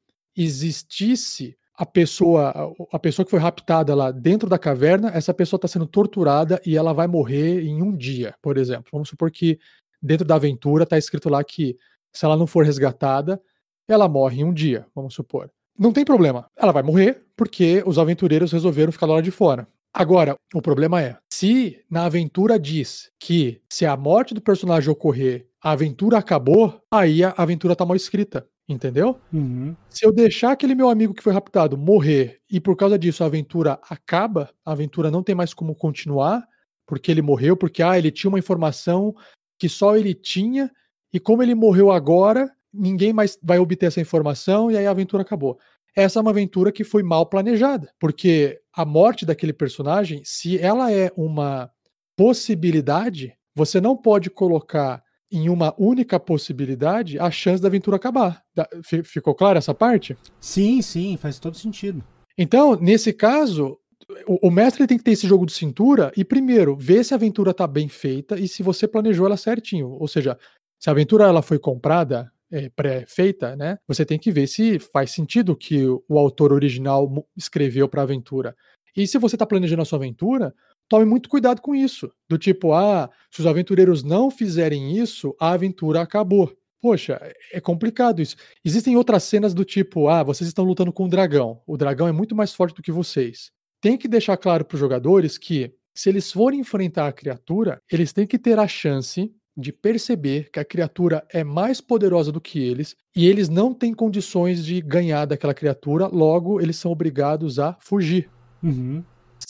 existisse a pessoa que foi raptada lá dentro da caverna, essa pessoa está sendo torturada e ela vai morrer em um dia, por exemplo. Vamos supor que dentro da aventura está escrito lá que se ela não for resgatada, ela morre em um dia, vamos supor. Não tem problema. Ela vai morrer porque os aventureiros resolveram ficar lá de fora. Agora, o problema é, se na aventura diz que se a morte do personagem ocorrer, a aventura acabou, aí a aventura tá mal escrita, entendeu? Uhum. Se eu deixar aquele meu amigo que foi raptado morrer e por causa disso a aventura acaba, a aventura não tem mais como continuar, porque ele morreu, porque ele tinha uma informação que só ele tinha, e como ele morreu agora, ninguém mais vai obter essa informação e aí a aventura acabou. Essa é uma aventura que foi mal planejada, porque a morte daquele personagem, se ela é uma possibilidade, você não pode colocar em uma única possibilidade a chance da aventura acabar. Ficou clara essa parte? Sim, faz todo sentido. Então, nesse caso, o mestre tem que ter esse jogo de cintura e, primeiro, ver se a aventura está bem feita e se você planejou ela certinho. Ou seja, se a aventura ela foi comprada, pré-feita, né? Você tem que ver se faz sentido o que o autor original escreveu para a aventura. E se você está planejando a sua aventura, tome muito cuidado com isso. Do tipo, se os aventureiros não fizerem isso, a aventura acabou. Poxa, é complicado isso. Existem outras cenas do tipo, vocês estão lutando com um dragão. O dragão é muito mais forte do que vocês. Tem que deixar claro para os jogadores que se eles forem enfrentar a criatura, eles têm que ter a chance de perceber que a criatura é mais poderosa do que eles e eles não têm condições de ganhar daquela criatura, logo eles são obrigados a fugir. Uhum.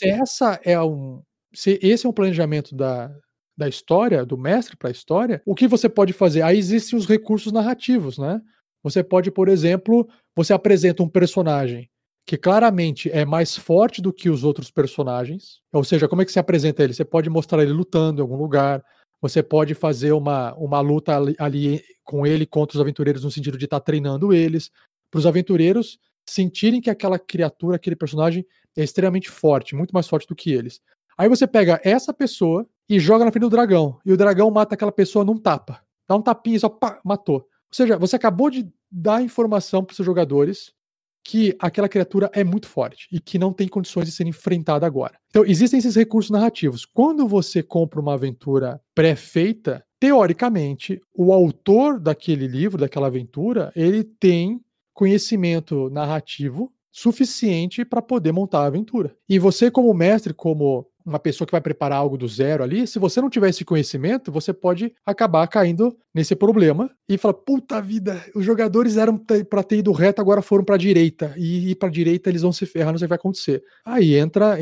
Se esse é um planejamento da história, do mestre para a história, o que você pode fazer? Aí existem os recursos narrativos, né? Você pode, por exemplo, você apresenta um personagem que claramente é mais forte do que os outros personagens, ou seja, como é que você apresenta ele? Você pode mostrar ele lutando em algum lugar, você pode fazer uma luta ali com ele contra os aventureiros no sentido de estar treinando eles, para os aventureiros sentirem que aquela criatura, aquele personagem é extremamente forte, muito mais forte do que eles. Aí você pega essa pessoa e joga na frente do dragão, e o dragão mata aquela pessoa num tapa. Dá um tapinha e só pá, matou. Ou seja, você acabou de dar informação para os seus jogadores que aquela criatura é muito forte e que não tem condições de ser enfrentada agora. Então, existem esses recursos narrativos. Quando você compra uma aventura pré-feita, teoricamente, o autor daquele livro, daquela aventura, ele tem conhecimento narrativo suficiente para poder montar a aventura. E você, como mestre, como uma pessoa que vai preparar algo do zero ali, se você não tiver esse conhecimento, você pode acabar caindo nesse problema e falar, puta vida, os jogadores eram para ter ido reto, agora foram para a direita, e para a direita eles vão se ferrar, não sei o que vai acontecer. Aí entra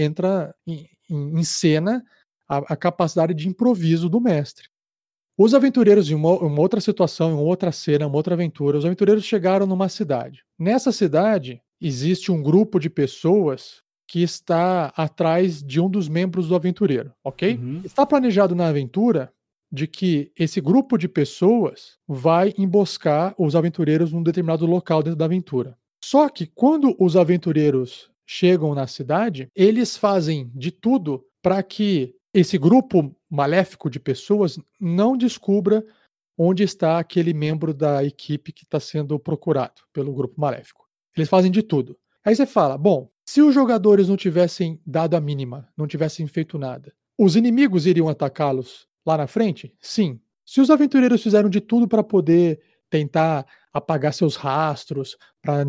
em cena a capacidade de improviso do mestre. Os aventureiros, em uma outra situação, em uma outra cena, uma outra aventura, os aventureiros chegaram numa cidade. Nessa cidade, existe um grupo de pessoas que está atrás de um dos membros do aventureiro, ok? Uhum. Está planejado na aventura de que esse grupo de pessoas vai emboscar os aventureiros num determinado local dentro da aventura. Só que quando os aventureiros chegam na cidade, eles fazem de tudo para que esse grupo maléfico de pessoas não descubra onde está aquele membro da equipe que está sendo procurado pelo grupo maléfico. Eles fazem de tudo. Aí você fala, bom, se os jogadores não tivessem dado a mínima, não tivessem feito nada, os inimigos iriam atacá-los lá na frente? Sim. Se os aventureiros fizeram de tudo para poder tentar apagar seus rastros, para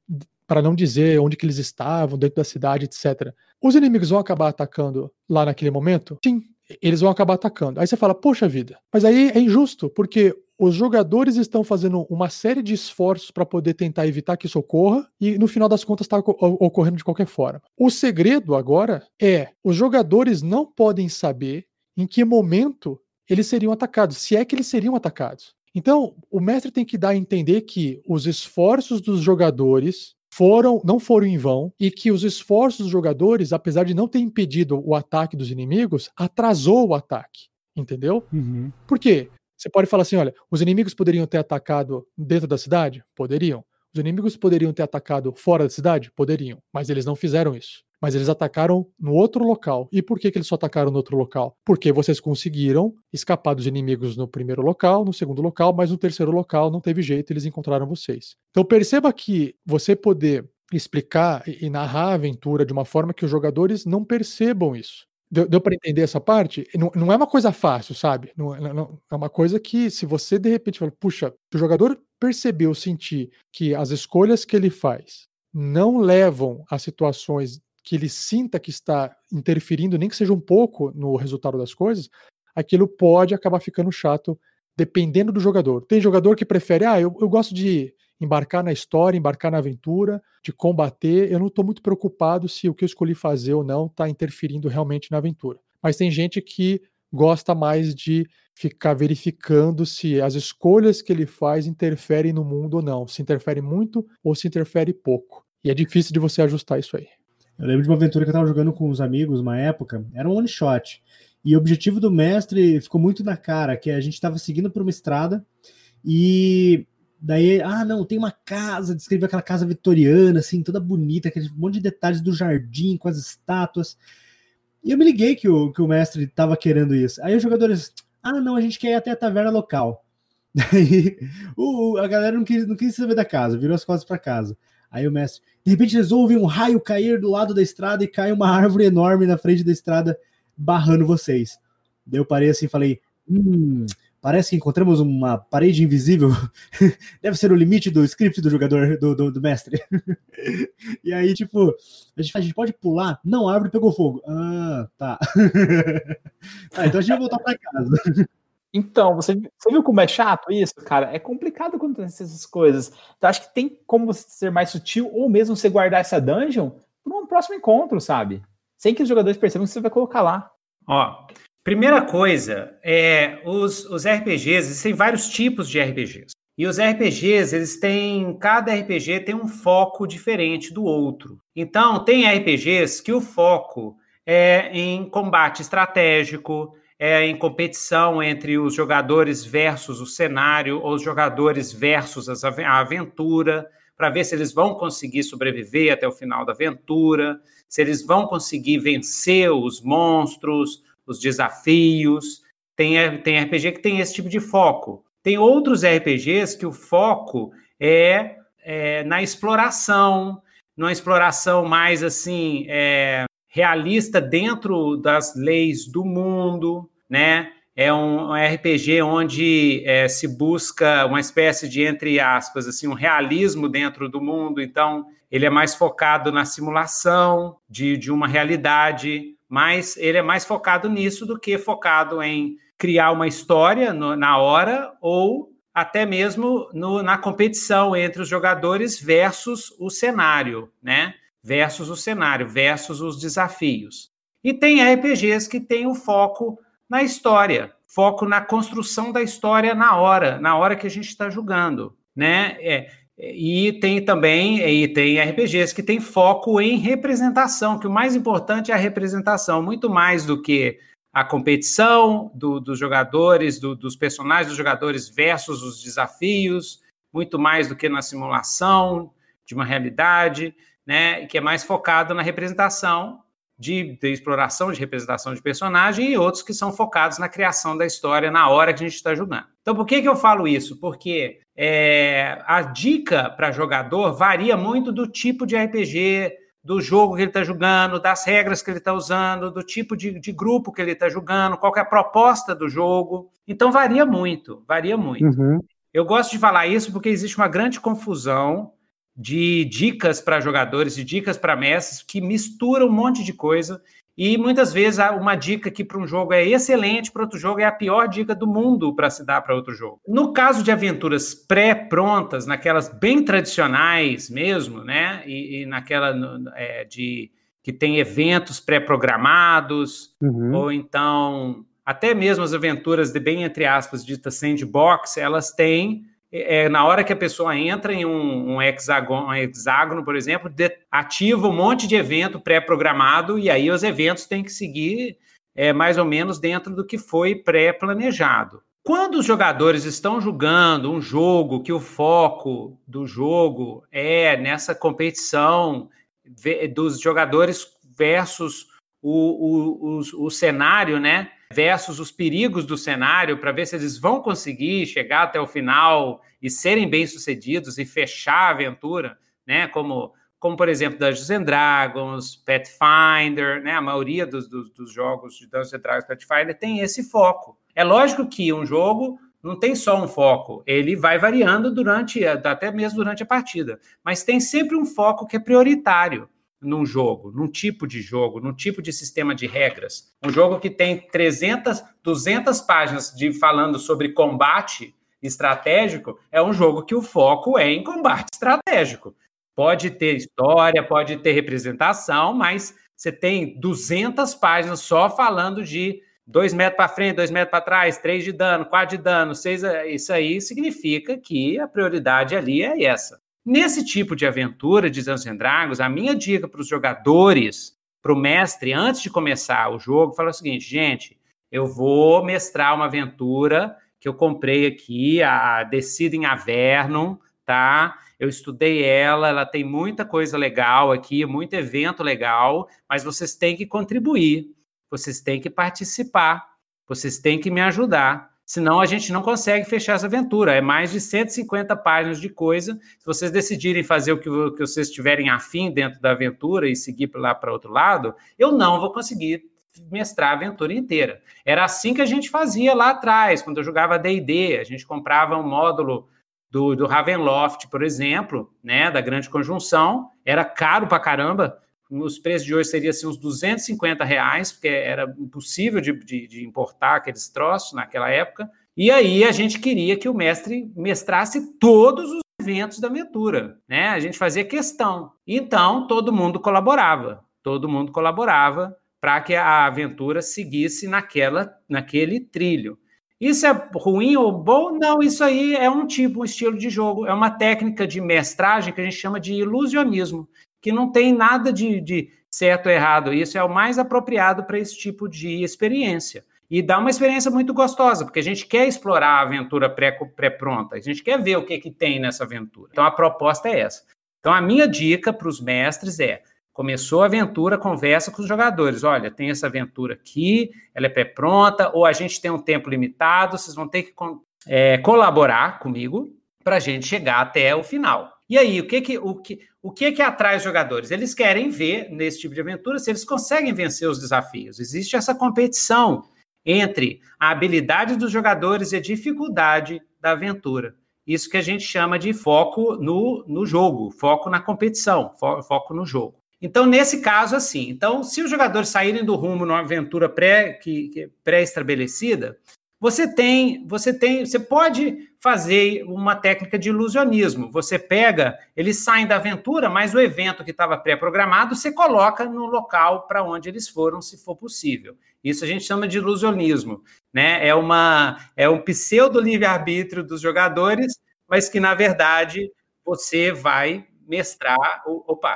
não dizer onde que eles estavam, dentro da cidade, etc. Os inimigos vão acabar atacando lá naquele momento? Sim, eles vão acabar atacando. Aí você fala, poxa vida, mas aí é injusto, porque os jogadores estão fazendo uma série de esforços para poder tentar evitar que isso ocorra e no final das contas está ocorrendo de qualquer forma. O segredo agora é, os jogadores não podem saber em que momento eles seriam atacados, se é que eles seriam atacados. Então, o mestre tem que dar a entender que os esforços dos jogadores não foram em vão e que os esforços dos jogadores, apesar de não ter impedido o ataque dos inimigos, atrasou o ataque, entendeu? Uhum. Por quê? Você pode falar assim, olha, os inimigos poderiam ter atacado dentro da cidade? Poderiam. Os inimigos poderiam ter atacado fora da cidade? Poderiam. Mas eles não fizeram isso. Mas eles atacaram no outro local. E por que eles só atacaram no outro local? Porque vocês conseguiram escapar dos inimigos no primeiro local, no segundo local, mas no terceiro local não teve jeito, eles encontraram vocês. Então perceba que você poder explicar e narrar a aventura de uma forma que os jogadores não percebam isso. Deu para entender essa parte? Não é uma coisa fácil, sabe? Não, é uma coisa que, se você de repente fala, puxa, se o jogador percebeu, sentir que as escolhas que ele faz não levam a situações que ele sinta que está interferindo, nem que seja um pouco no resultado das coisas, aquilo pode acabar ficando chato, dependendo do jogador. Tem jogador que prefere, eu gosto de embarcar na história, embarcar na aventura, de combater, eu não estou muito preocupado se o que eu escolhi fazer ou não está interferindo realmente na aventura. Mas tem gente que gosta mais de ficar verificando se as escolhas que ele faz interferem no mundo ou não, se interfere muito ou se interfere pouco. E é difícil de você ajustar isso aí. Eu lembro de uma aventura que eu estava jogando com uns amigos uma época, era um one shot, e o objetivo do mestre ficou muito na cara, que a gente estava seguindo por uma estrada, e daí, não, tem uma casa, descreveu aquela casa vitoriana, assim, toda bonita, aquele monte de detalhes do jardim, com as estátuas, e eu me liguei que o mestre estava querendo isso. Aí os jogadores, não, a gente quer ir até a taverna local. Daí a galera não quis saber da casa, virou as costas para casa. Aí o mestre, de repente eles ouvem um raio cair do lado da estrada e cai uma árvore enorme na frente da estrada, barrando vocês. Daí eu parei assim e falei, parece que encontramos uma parede invisível. Deve ser o limite do script do jogador, do mestre. E aí, tipo, a gente pode pular? Não, a árvore pegou fogo. Ah, tá. Tá, então a gente vai voltar pra casa. Então, você viu como é chato isso, cara? É complicado quando tem essas coisas. Então, acho que tem como você ser mais sutil ou mesmo você guardar essa dungeon para um próximo encontro, sabe? Sem que os jogadores percebam que você vai colocar lá. Ó, primeira coisa, os RPGs, existem vários tipos de RPGs. E os RPGs, cada RPG tem um foco diferente do outro. Então, tem RPGs que o foco é em combate estratégico, em competição entre os jogadores versus o cenário, ou os jogadores versus a aventura, para ver se eles vão conseguir sobreviver até o final da aventura, se eles vão conseguir vencer os monstros, os desafios. Tem RPG que tem esse tipo de foco. Tem outros RPGs que o foco é na exploração, numa exploração mais assim, realista dentro das leis do mundo, né? É um RPG onde se busca uma espécie de, entre aspas, assim, um realismo dentro do mundo. Então, ele é mais focado na simulação de uma realidade, mas ele é mais focado nisso do que focado em criar uma história na hora ou até mesmo na competição entre os jogadores versus o cenário, né? Versus o cenário, versus os desafios. E tem RPGs que tem o foco na história, foco na construção da história na hora que a gente está jogando, né? E tem RPGs que tem foco em representação, que o mais importante é a representação, muito mais do que a competição dos jogadores, dos personagens dos jogadores versus os desafios, muito mais do que na simulação de uma realidade, né? Que é mais focado na representação de exploração, de representação de personagem, e outros que são focados na criação da história na hora que a gente está jogando. Então, por que eu falo isso? Porque a dica para jogador varia muito do tipo de RPG, do jogo que ele está jogando, das regras que ele está usando, do tipo de grupo que ele está jogando, qual que é a proposta do jogo. Então, varia muito. Uhum. Eu gosto de falar isso porque existe uma grande confusão de dicas para jogadores, de dicas para mestres, que misturam um monte de coisa, e muitas vezes uma dica que para um jogo é excelente, para outro jogo é a pior dica do mundo para se dar para outro jogo. No caso de aventuras pré-prontas, naquelas bem tradicionais mesmo, né, e naquela que tem eventos pré-programados, ou então até mesmo as aventuras bem, entre aspas, ditas sandbox, elas têm na hora que a pessoa entra em um hexágono, por exemplo, ativa um monte de evento pré-programado, e aí os eventos têm que seguir mais ou menos dentro do que foi pré-planejado. Quando os jogadores estão jogando um jogo que o foco do jogo é nessa competição dos jogadores versus o cenário, né? Versus os perigos do cenário, para ver se eles vão conseguir chegar até o final e serem bem-sucedidos e fechar a aventura, né? Como por exemplo, Dungeons & Dragons, Pathfinder, né? A maioria dos jogos de Dungeons & Dragons, Pathfinder, tem esse foco. É lógico que um jogo não tem só um foco, ele vai variando até mesmo durante a partida, mas tem sempre um foco que é prioritário num jogo, num tipo de jogo, num tipo de sistema de regras. Um jogo que tem 300, 200 páginas falando sobre combate estratégico é um jogo que o foco é em combate estratégico. Pode ter história, pode ter representação, mas você tem 200 páginas só falando de 2 metros para frente, 2 metros para trás, 3 de dano, 4 de dano, 6... Isso aí significa que a prioridade ali é essa. Nesse tipo de aventura de Dungeons & Dragons, a minha dica para os jogadores, para o mestre, antes de começar o jogo, fala o seguinte: gente, eu vou mestrar uma aventura que eu comprei aqui, a Descida em Avernum, tá? Eu estudei ela tem muita coisa legal aqui, muito evento legal, mas vocês têm que contribuir, vocês têm que participar, vocês têm que me ajudar. Senão a gente não consegue fechar essa aventura. É mais de 150 páginas de coisa. Se vocês decidirem fazer o que vocês tiverem afim dentro da aventura e seguir lá para outro lado, eu não vou conseguir mestrar a aventura inteira. Era assim que a gente fazia lá atrás, quando eu jogava D&D, a gente comprava um módulo do Ravenloft, por exemplo, né, da Grande Conjunção, era caro pra caramba, nos preços de hoje seria assim, uns R$250, porque era impossível de importar aqueles troços naquela época, e aí a gente queria que o mestre mestrasse todos os eventos da aventura, né? A gente fazia questão. Então, todo mundo colaborava para que a aventura seguisse naquele trilho. Isso é ruim ou bom? Não, isso aí é um estilo de jogo, é uma técnica de mestragem que a gente chama de ilusionismo, que não tem nada de certo ou errado. Isso é o mais apropriado para esse tipo de experiência. E dá uma experiência muito gostosa, porque a gente quer explorar a aventura pré-pronta, a gente quer ver o que tem nessa aventura. Então, a proposta é essa. Então, a minha dica para os mestres é: começou a aventura, conversa com os jogadores. Olha, tem essa aventura aqui, ela é pré-pronta, ou a gente tem um tempo limitado, vocês vão ter que colaborar comigo para a gente chegar até o final. E aí, o que atrai os jogadores? Eles querem ver, nesse tipo de aventura, se eles conseguem vencer os desafios. Existe essa competição entre a habilidade dos jogadores e a dificuldade da aventura. Isso que a gente chama de foco no jogo, foco na competição, foco no jogo. Então, nesse caso, assim, então, se os jogadores saírem do rumo numa aventura pré-estabelecida, você pode fazer uma técnica de ilusionismo. Você pega, eles saem da aventura, mas o evento que estava pré-programado, você coloca no local para onde eles foram, se for possível. Isso a gente chama de ilusionismo, né? É um pseudo-livre-arbítrio dos jogadores, mas que, na verdade, você vai mestrar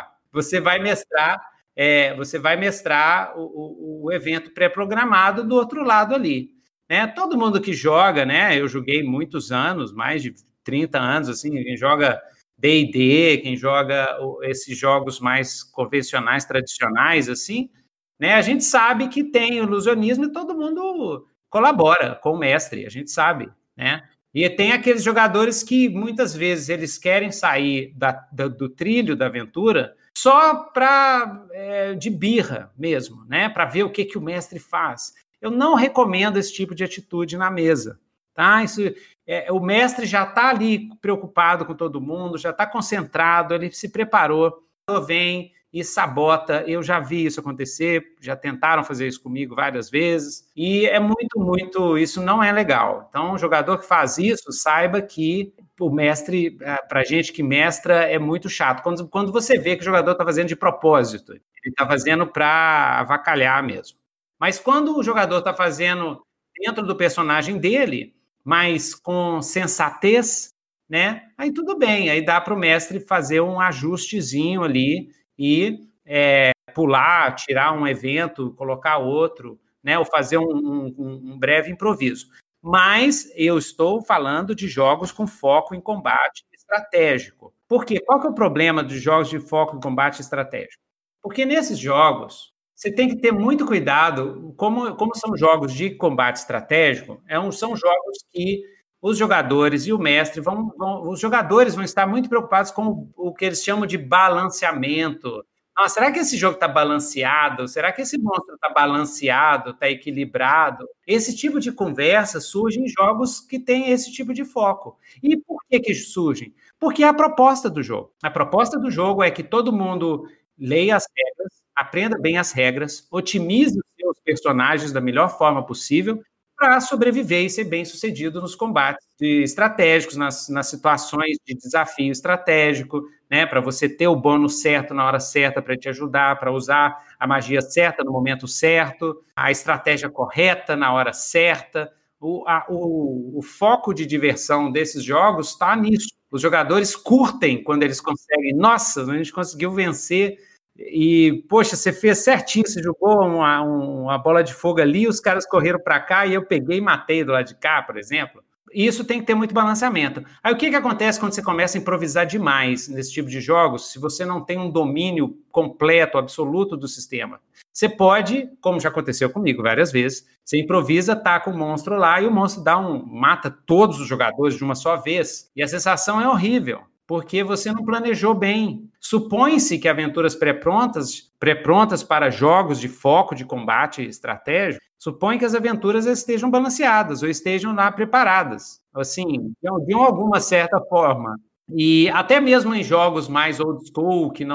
o evento pré-programado do outro lado ali. Né? Todo mundo que joga, né? Eu joguei muitos anos, mais de 30 anos, assim, quem joga D&D, quem joga esses jogos mais convencionais, tradicionais, assim, né? A gente sabe que tem ilusionismo e todo mundo colabora com o mestre, a gente sabe, né? E tem aqueles jogadores que muitas vezes eles querem sair do trilho da aventura só de birra mesmo, né? Para ver o que o mestre faz. Eu não recomendo esse tipo de atitude na mesa, tá? O mestre já está ali preocupado com todo mundo, já está concentrado, ele se preparou, vem e sabota. Eu já vi isso acontecer, já tentaram fazer isso comigo várias vezes, e é muito, isso não é legal. Então, o jogador que faz isso, saiba que o mestre, para gente que mestra, é muito chato. Quando você vê que o jogador está fazendo de propósito, ele está fazendo para avacalhar mesmo. Mas quando o jogador está fazendo dentro do personagem dele, mas com sensatez, né? Aí tudo bem, aí dá para o mestre fazer um ajustezinho ali e pular, tirar um evento, colocar outro, né? Ou fazer um breve improviso. Mas eu estou falando de jogos com foco em combate estratégico. Por quê? Qual que é o problema dos jogos de foco em combate estratégico? Porque nesses jogos você tem que ter muito cuidado, como são jogos de combate estratégico, são jogos que os jogadores e o mestre os jogadores vão estar muito preocupados com o que eles chamam de balanceamento. Nossa, será que esse jogo está balanceado? Será que esse monstro está balanceado, está equilibrado? Esse tipo de conversa surge em jogos que têm esse tipo de foco. E por que surgem? Porque é a proposta do jogo. A proposta do jogo é que todo mundo leia as regras, aprenda bem as regras, otimize os seus personagens da melhor forma possível para sobreviver e ser bem-sucedido nos combates estratégicos, nas situações de desafio estratégico, né? Para você ter o bônus certo na hora certa para te ajudar, para usar a magia certa no momento certo, a estratégia correta na hora certa. O foco de diversão desses jogos está nisso. Os jogadores curtem quando eles conseguem. Nossa, a gente conseguiu vencer e, poxa, você fez certinho, você jogou uma bola de fogo ali, os caras correram para cá e eu peguei e matei do lado de cá, por exemplo. Isso tem que ter muito balanceamento. Aí o que acontece quando você começa a improvisar demais nesse tipo de jogos, se você não tem um domínio completo, absoluto do sistema? Você pode, como já aconteceu comigo várias vezes, você improvisa, taca o monstro lá e o monstro mata todos os jogadores de uma só vez. E a sensação é horrível. porque você não planejou bem. Supõe-se que aventuras pré-prontas para jogos de foco, de combate e estratégia, supõe que as aventuras estejam balanceadas ou estejam lá preparadas, assim, de alguma certa forma. E até mesmo em jogos mais old school, que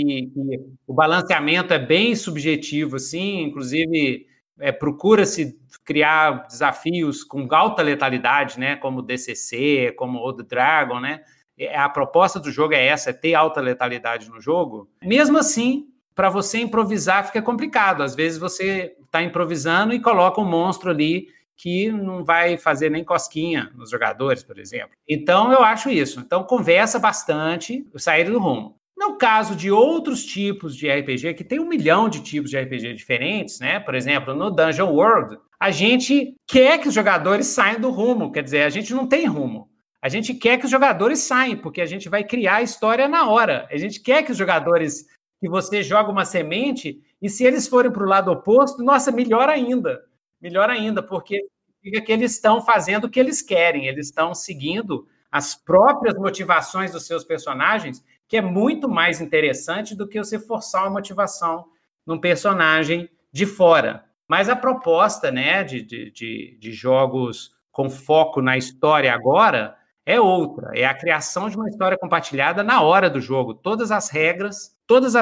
o balanceamento é bem subjetivo, assim, inclusive procura-se criar desafios com alta letalidade, né, como o DCC, como o The Dragon, né? A proposta do jogo é essa, é ter alta letalidade no jogo. Mesmo assim, para você improvisar fica complicado. Às vezes você está improvisando e coloca um monstro ali que não vai fazer nem cosquinha nos jogadores, por exemplo. Então, eu acho isso. Então, conversa bastante, sair do rumo. No caso de outros tipos de RPG, que tem 1 milhão de tipos de RPG diferentes, né? Por exemplo, no Dungeon World, a gente quer que os jogadores saiam do rumo. Quer dizer, a gente não tem rumo. A gente quer que os jogadores saiam, porque a gente vai criar a história na hora. A gente quer que os jogadores, que você joga uma semente, e se eles forem para o lado oposto, nossa, melhor ainda. Melhor ainda, porque significa que eles estão fazendo o que eles querem, eles estão seguindo as próprias motivações dos seus personagens, que é muito mais interessante do que você forçar uma motivação num personagem de fora. Mas a proposta, né, de jogos com foco na história agora é outra, é a criação de uma história compartilhada na hora do jogo. Todas as regras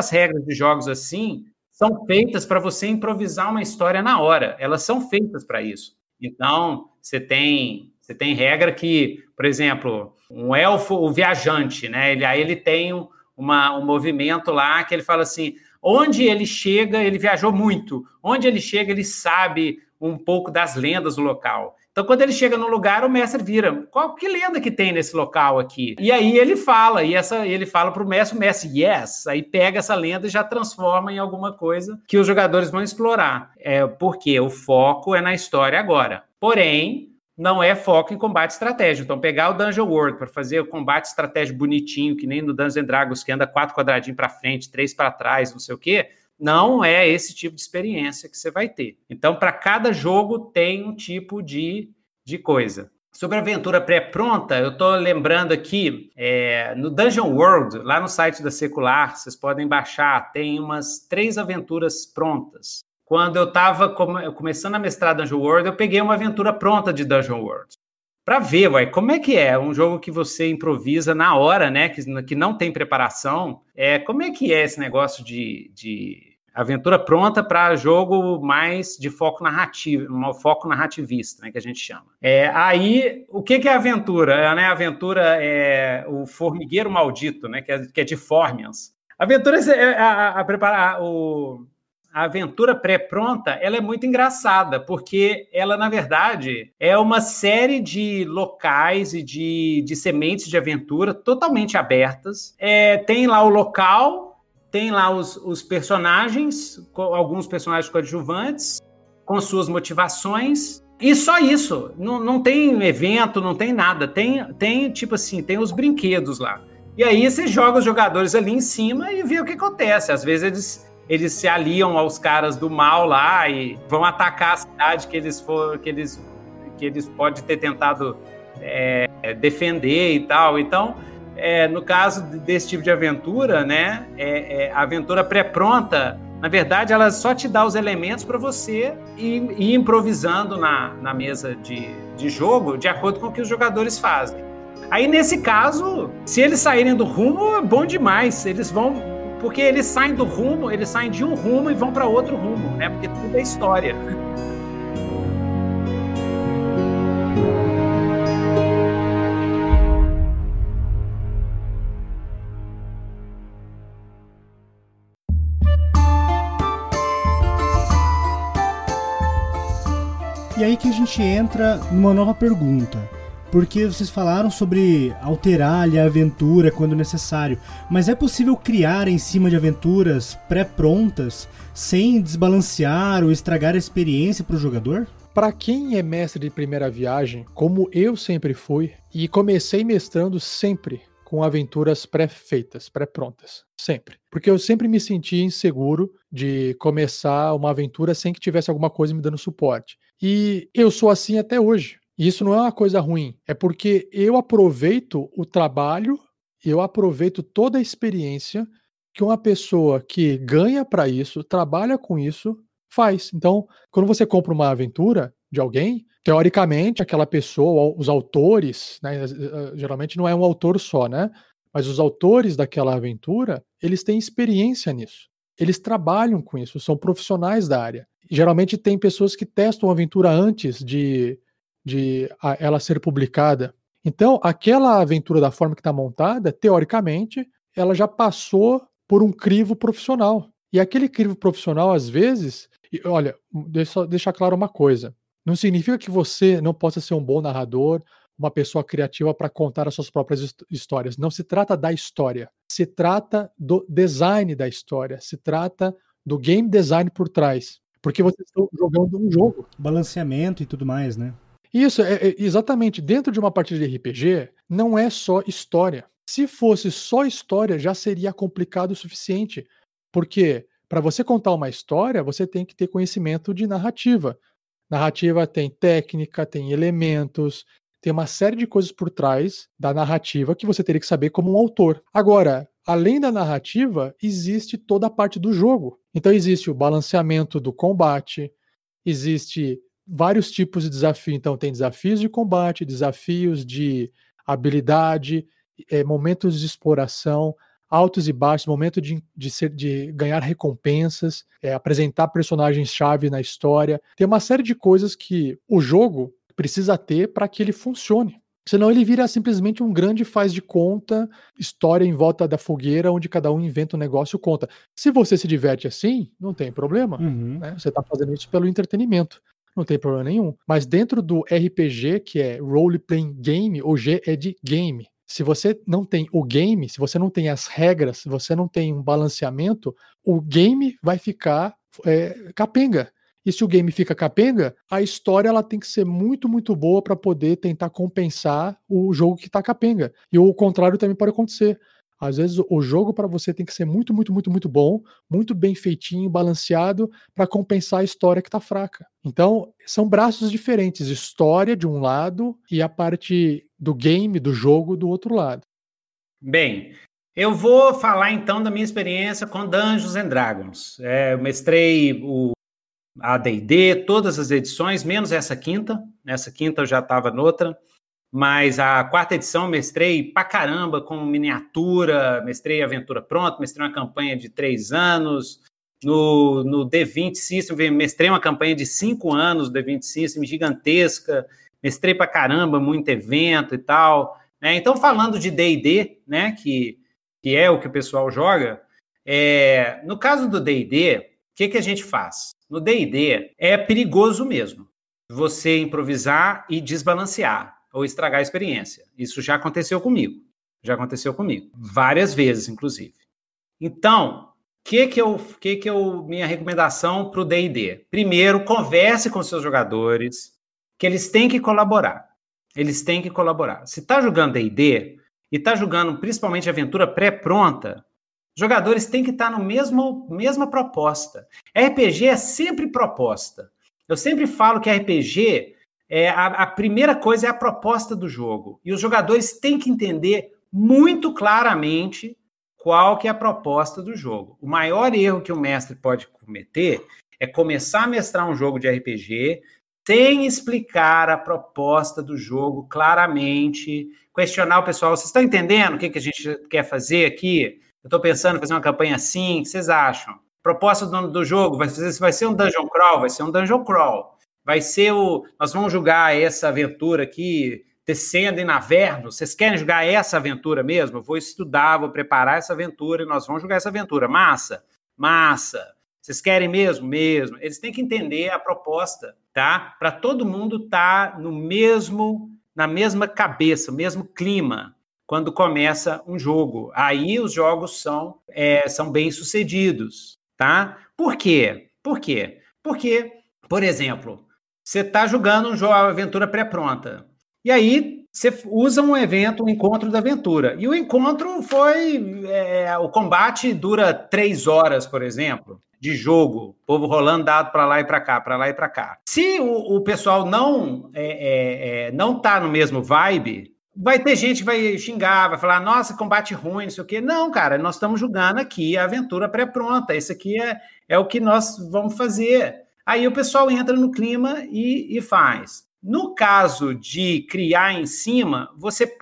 de jogos assim são feitas para você improvisar uma história na hora. Elas são feitas para isso. Então, você tem regra que, por exemplo, um elfo, o viajante, né? Ele tem um movimento lá que ele fala assim, onde ele chega, ele viajou muito. Onde ele chega, ele sabe um pouco das lendas do local. Então, quando ele chega no lugar, o mestre vira, que lenda que tem nesse local aqui? E aí ele fala, ele fala para o mestre, yes, aí pega essa lenda e já transforma em alguma coisa que os jogadores vão explorar. Porque o foco é na história agora. Porém, não é foco em combate estratégico. Então, pegar o Dungeon World para fazer o combate estratégico bonitinho, que nem no Dungeons & Dragons, que anda 4 quadradinhos para frente, 3 para trás, não sei o quê, não é esse tipo de experiência que você vai ter. Então, para cada jogo tem um tipo de coisa. Sobre a aventura pré-pronta, eu estou lembrando aqui, no Dungeon World, lá no site da Secular, vocês podem baixar, tem umas 3 aventuras prontas. Quando eu estava começando a mestrar Dungeon World, eu peguei uma aventura pronta de Dungeon World. Para ver, como é que é um jogo que você improvisa na hora, né, que não tem preparação. Como é que é esse negócio de aventura pronta para jogo mais de foco narrativo, um foco narrativista, né, que a gente chama. Aí, o que é aventura? A aventura é o formigueiro maldito, né, que é de Formians. A aventura a aventura pré-pronta, ela é muito engraçada, porque ela, na verdade, é uma série de locais e de sementes de aventura totalmente abertas. Tem lá o local, tem lá os personagens, alguns personagens coadjuvantes, com suas motivações, e só isso. Não tem evento, não tem nada. Tem tipo assim, tem os brinquedos lá. E aí você joga os jogadores ali em cima e vê o que acontece. Às vezes eles se aliam aos caras do mal lá e vão atacar a cidade que eles podem ter tentado defender e tal. Então, no caso desse tipo de aventura, né, a aventura pré-pronta, na verdade, ela só te dá os elementos para você ir improvisando na mesa de jogo de acordo com o que os jogadores fazem. Aí, nesse caso, se eles saírem do rumo, é bom demais. Porque eles saem do rumo, eles saem de um rumo e vão para outro rumo, né? Porque tudo é história. E aí que a gente entra numa nova pergunta. Porque vocês falaram sobre alterar ali a aventura quando necessário, mas é possível criar em cima de aventuras pré-prontas sem desbalancear ou estragar a experiência para o jogador? Para quem é mestre de primeira viagem, como eu sempre fui, e comecei mestrando sempre com aventuras pré-feitas, pré-prontas, sempre. Porque eu sempre me sentia inseguro de começar uma aventura sem que tivesse alguma coisa me dando suporte. E eu sou assim até hoje. E isso não é uma coisa ruim, é porque eu aproveito o trabalho eu aproveito toda a experiência que uma pessoa que ganha para isso, trabalha com isso, faz. Então, quando você compra uma aventura de alguém, teoricamente, aquela pessoa, os autores, né, geralmente não é um autor só, né? Mas os autores daquela aventura, eles têm experiência nisso. Eles trabalham com isso, são profissionais da área. Geralmente tem pessoas que testam a aventura antes de ela ser publicada. Então, aquela aventura da forma que está montada, teoricamente, ela já passou por um crivo profissional. E aquele crivo profissional, às vezes, olha, deixa eu deixar claro uma coisa. Não significa que você não possa ser um bom narrador, uma pessoa criativa para contar as suas próprias histórias. Não se trata da história. Se trata do design da história. Se trata do game design por trás. Porque vocês estão jogando um jogo. Balanceamento e tudo mais, né? Isso, exatamente. Dentro de uma partida de RPG, não é só história. Se fosse só história, já seria complicado o suficiente. Porque para você contar uma história, você tem que ter conhecimento de narrativa. Narrativa tem técnica, tem elementos, tem uma série de coisas por trás da narrativa que você teria que saber como um autor. Agora, além da narrativa, existe toda a parte do jogo. Então existe o balanceamento do combate, existe vários tipos de desafio. Então tem desafios de combate, desafios de habilidade, momentos de exploração, altos e baixos, momento de ganhar recompensas, apresentar personagens-chave na história. Tem uma série de coisas que o jogo precisa ter para que ele funcione. Senão ele vira simplesmente um grande faz de conta, história em volta da fogueira, onde cada um inventa um negócio e conta. Se você se diverte assim, não tem problema. Né? Você está fazendo isso pelo entretenimento. Não tem problema nenhum. Mas dentro do RPG, que é Role Playing Game, o G é de game. Se você não tem o game, se você não tem as regras, se você não tem um balanceamento, o game vai ficar capenga. E se o game fica capenga, a história ela tem que ser muito, muito boa para poder tentar compensar o jogo que está capenga. E o contrário também pode acontecer. Às vezes o jogo para você tem que ser muito, muito, muito, muito bom, muito bem feitinho, balanceado, para compensar a história que está fraca. Então, são braços diferentes. História de um lado e a parte do game, do jogo, do outro lado. Bem, eu vou falar então da minha experiência com Dungeons and Dragons. Eu mestrei a D&D, todas as edições, menos essa quinta. Nessa quinta eu já estava noutra. Mas a quarta edição mestrei pra caramba com miniatura, mestrei Aventura Pronta, mestrei uma campanha de 3 anos. No D20 System, mestrei uma campanha de 5 anos, D20 System, gigantesca. Mestrei pra caramba, muito evento e tal. Né? Então, falando de D&D, né, que é o que o pessoal joga, no caso do D&D, o que a gente faz? No D&D, é perigoso mesmo você improvisar e desbalancear ou estragar a experiência. Isso já aconteceu comigo. Várias vezes, inclusive. Então, minha recomendação para o D&D? Primeiro, converse com seus jogadores, que eles têm que colaborar. Se está jogando D&D e está jogando principalmente aventura pré-pronta, jogadores têm que estar no mesma proposta. RPG é sempre proposta. Eu sempre falo que RPG... a primeira coisa é a proposta do jogo. E os jogadores têm que entender muito claramente qual que é a proposta do jogo. O maior erro que o mestre pode cometer é começar a mestrar um jogo de RPG sem explicar a proposta do jogo claramente, questionar o pessoal. Vocês estão entendendo o que a gente quer fazer aqui? Eu estou pensando em fazer uma campanha assim, o que vocês acham? A proposta do jogo vai ser um dungeon crawl? Vai ser um dungeon crawl. Vai ser nós vamos jogar essa aventura aqui, descendo em Averno. Vocês querem jogar essa aventura mesmo? Eu vou estudar, vou preparar essa aventura e nós vamos jogar essa aventura. Massa. Vocês querem mesmo? Mesmo. Eles têm que entender a proposta, tá? Para todo mundo estar na mesma cabeça, o mesmo clima, quando começa um jogo. Aí os jogos são bem-sucedidos, tá? Por quê? Porque, por exemplo, você está jogando um jogo, uma aventura pré-pronta. E aí você usa um encontro da aventura. E o encontro o combate dura 3 horas, por exemplo, de jogo. O povo rolando dado para lá e para cá. Se o pessoal não está no mesmo vibe, vai ter gente que vai xingar, vai falar, nossa, combate ruim, não sei o quê. Não, cara, nós estamos jogando aqui a aventura pré-pronta. Isso aqui é o que nós vamos fazer. Aí o pessoal entra no clima e faz. No caso de criar em cima,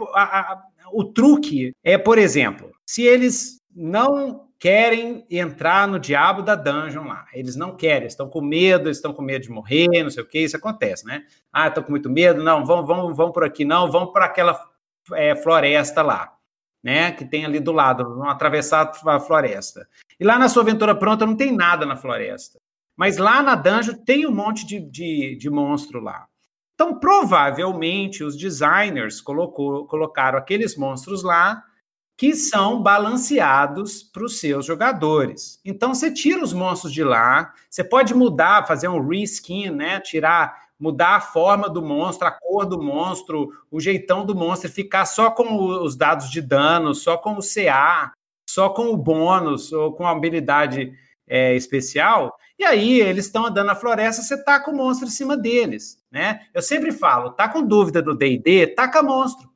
o truque é, por exemplo, se eles não querem entrar no diabo da dungeon lá, eles não querem, estão com medo de morrer, não sei o que, isso acontece, né? Ah, estão com muito medo, não, vamos por aqui, não, vamos por aquela floresta lá, né? Que tem ali do lado, vão atravessar a floresta. E lá na sua aventura pronta não tem nada na floresta, mas lá na dungeon tem um monte de monstro lá. Então, provavelmente, os designers colocaram aqueles monstros lá que são balanceados para os seus jogadores. Então, você tira os monstros de lá, você pode mudar, fazer um reskin, né? Mudar a forma do monstro, a cor do monstro, o jeitão do monstro, e ficar só com os dados de dano, só com o CA, só com o bônus, ou com a habilidade especial. E aí, eles estão andando na floresta, você taca o monstro em cima deles, né? Eu sempre falo, tá com dúvida no D&D, taca monstro.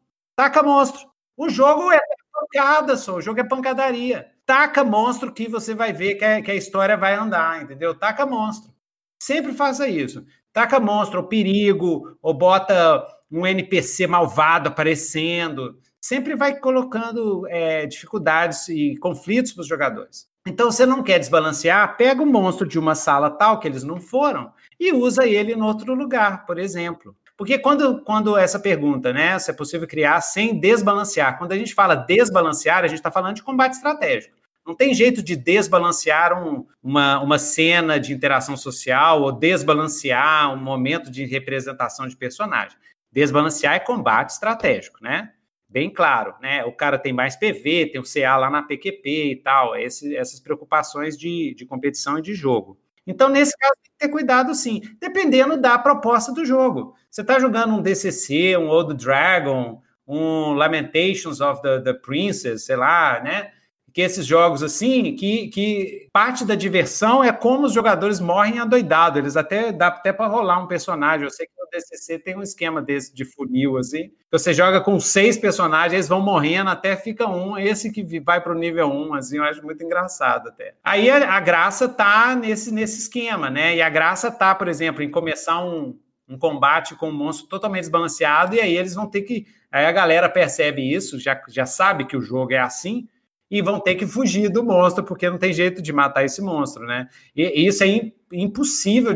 O jogo é pancada só, o jogo é pancadaria. Taca monstro que você vai ver que a história vai andar, entendeu? Taca monstro. Sempre faça isso. Taca monstro, ou perigo, ou bota um NPC malvado aparecendo. Sempre vai colocando dificuldades e conflitos para os jogadores. Então, você não quer desbalancear, pega o monstro de uma sala tal, que eles não foram, e usa ele em outro lugar, por exemplo. Porque quando essa pergunta, né, se é possível criar sem desbalancear, quando a gente fala desbalancear, a gente está falando de combate estratégico. Não tem jeito de desbalancear uma cena de interação social ou desbalancear um momento de representação de personagem. Desbalancear é combate estratégico, né? Bem claro, né? O cara tem mais PV, tem o CA lá na PQP e tal, essas preocupações de competição e de jogo. Então, nesse caso, tem que ter cuidado, sim, dependendo da proposta do jogo. Você está jogando um DCC, um Old Dragon, um Lamentations of the Princess, sei lá, né? Que esses jogos, assim, que parte da diversão é como os jogadores morrem adoidados. Dá até para rolar um personagem. Eu sei que no DCC tem um esquema desse de funil, assim. Você joga com 6 personagens, eles vão morrendo, até fica um. Esse que vai para o nível 1, assim, eu acho muito engraçado até. Aí a graça tá nesse esquema, né? E a graça tá, por exemplo, em começar um combate com um monstro totalmente desbalanceado, e aí eles vão ter que... Aí a galera percebe isso, já sabe que o jogo é assim, e vão ter que fugir do monstro, porque não tem jeito de matar esse monstro, né? E isso é impossível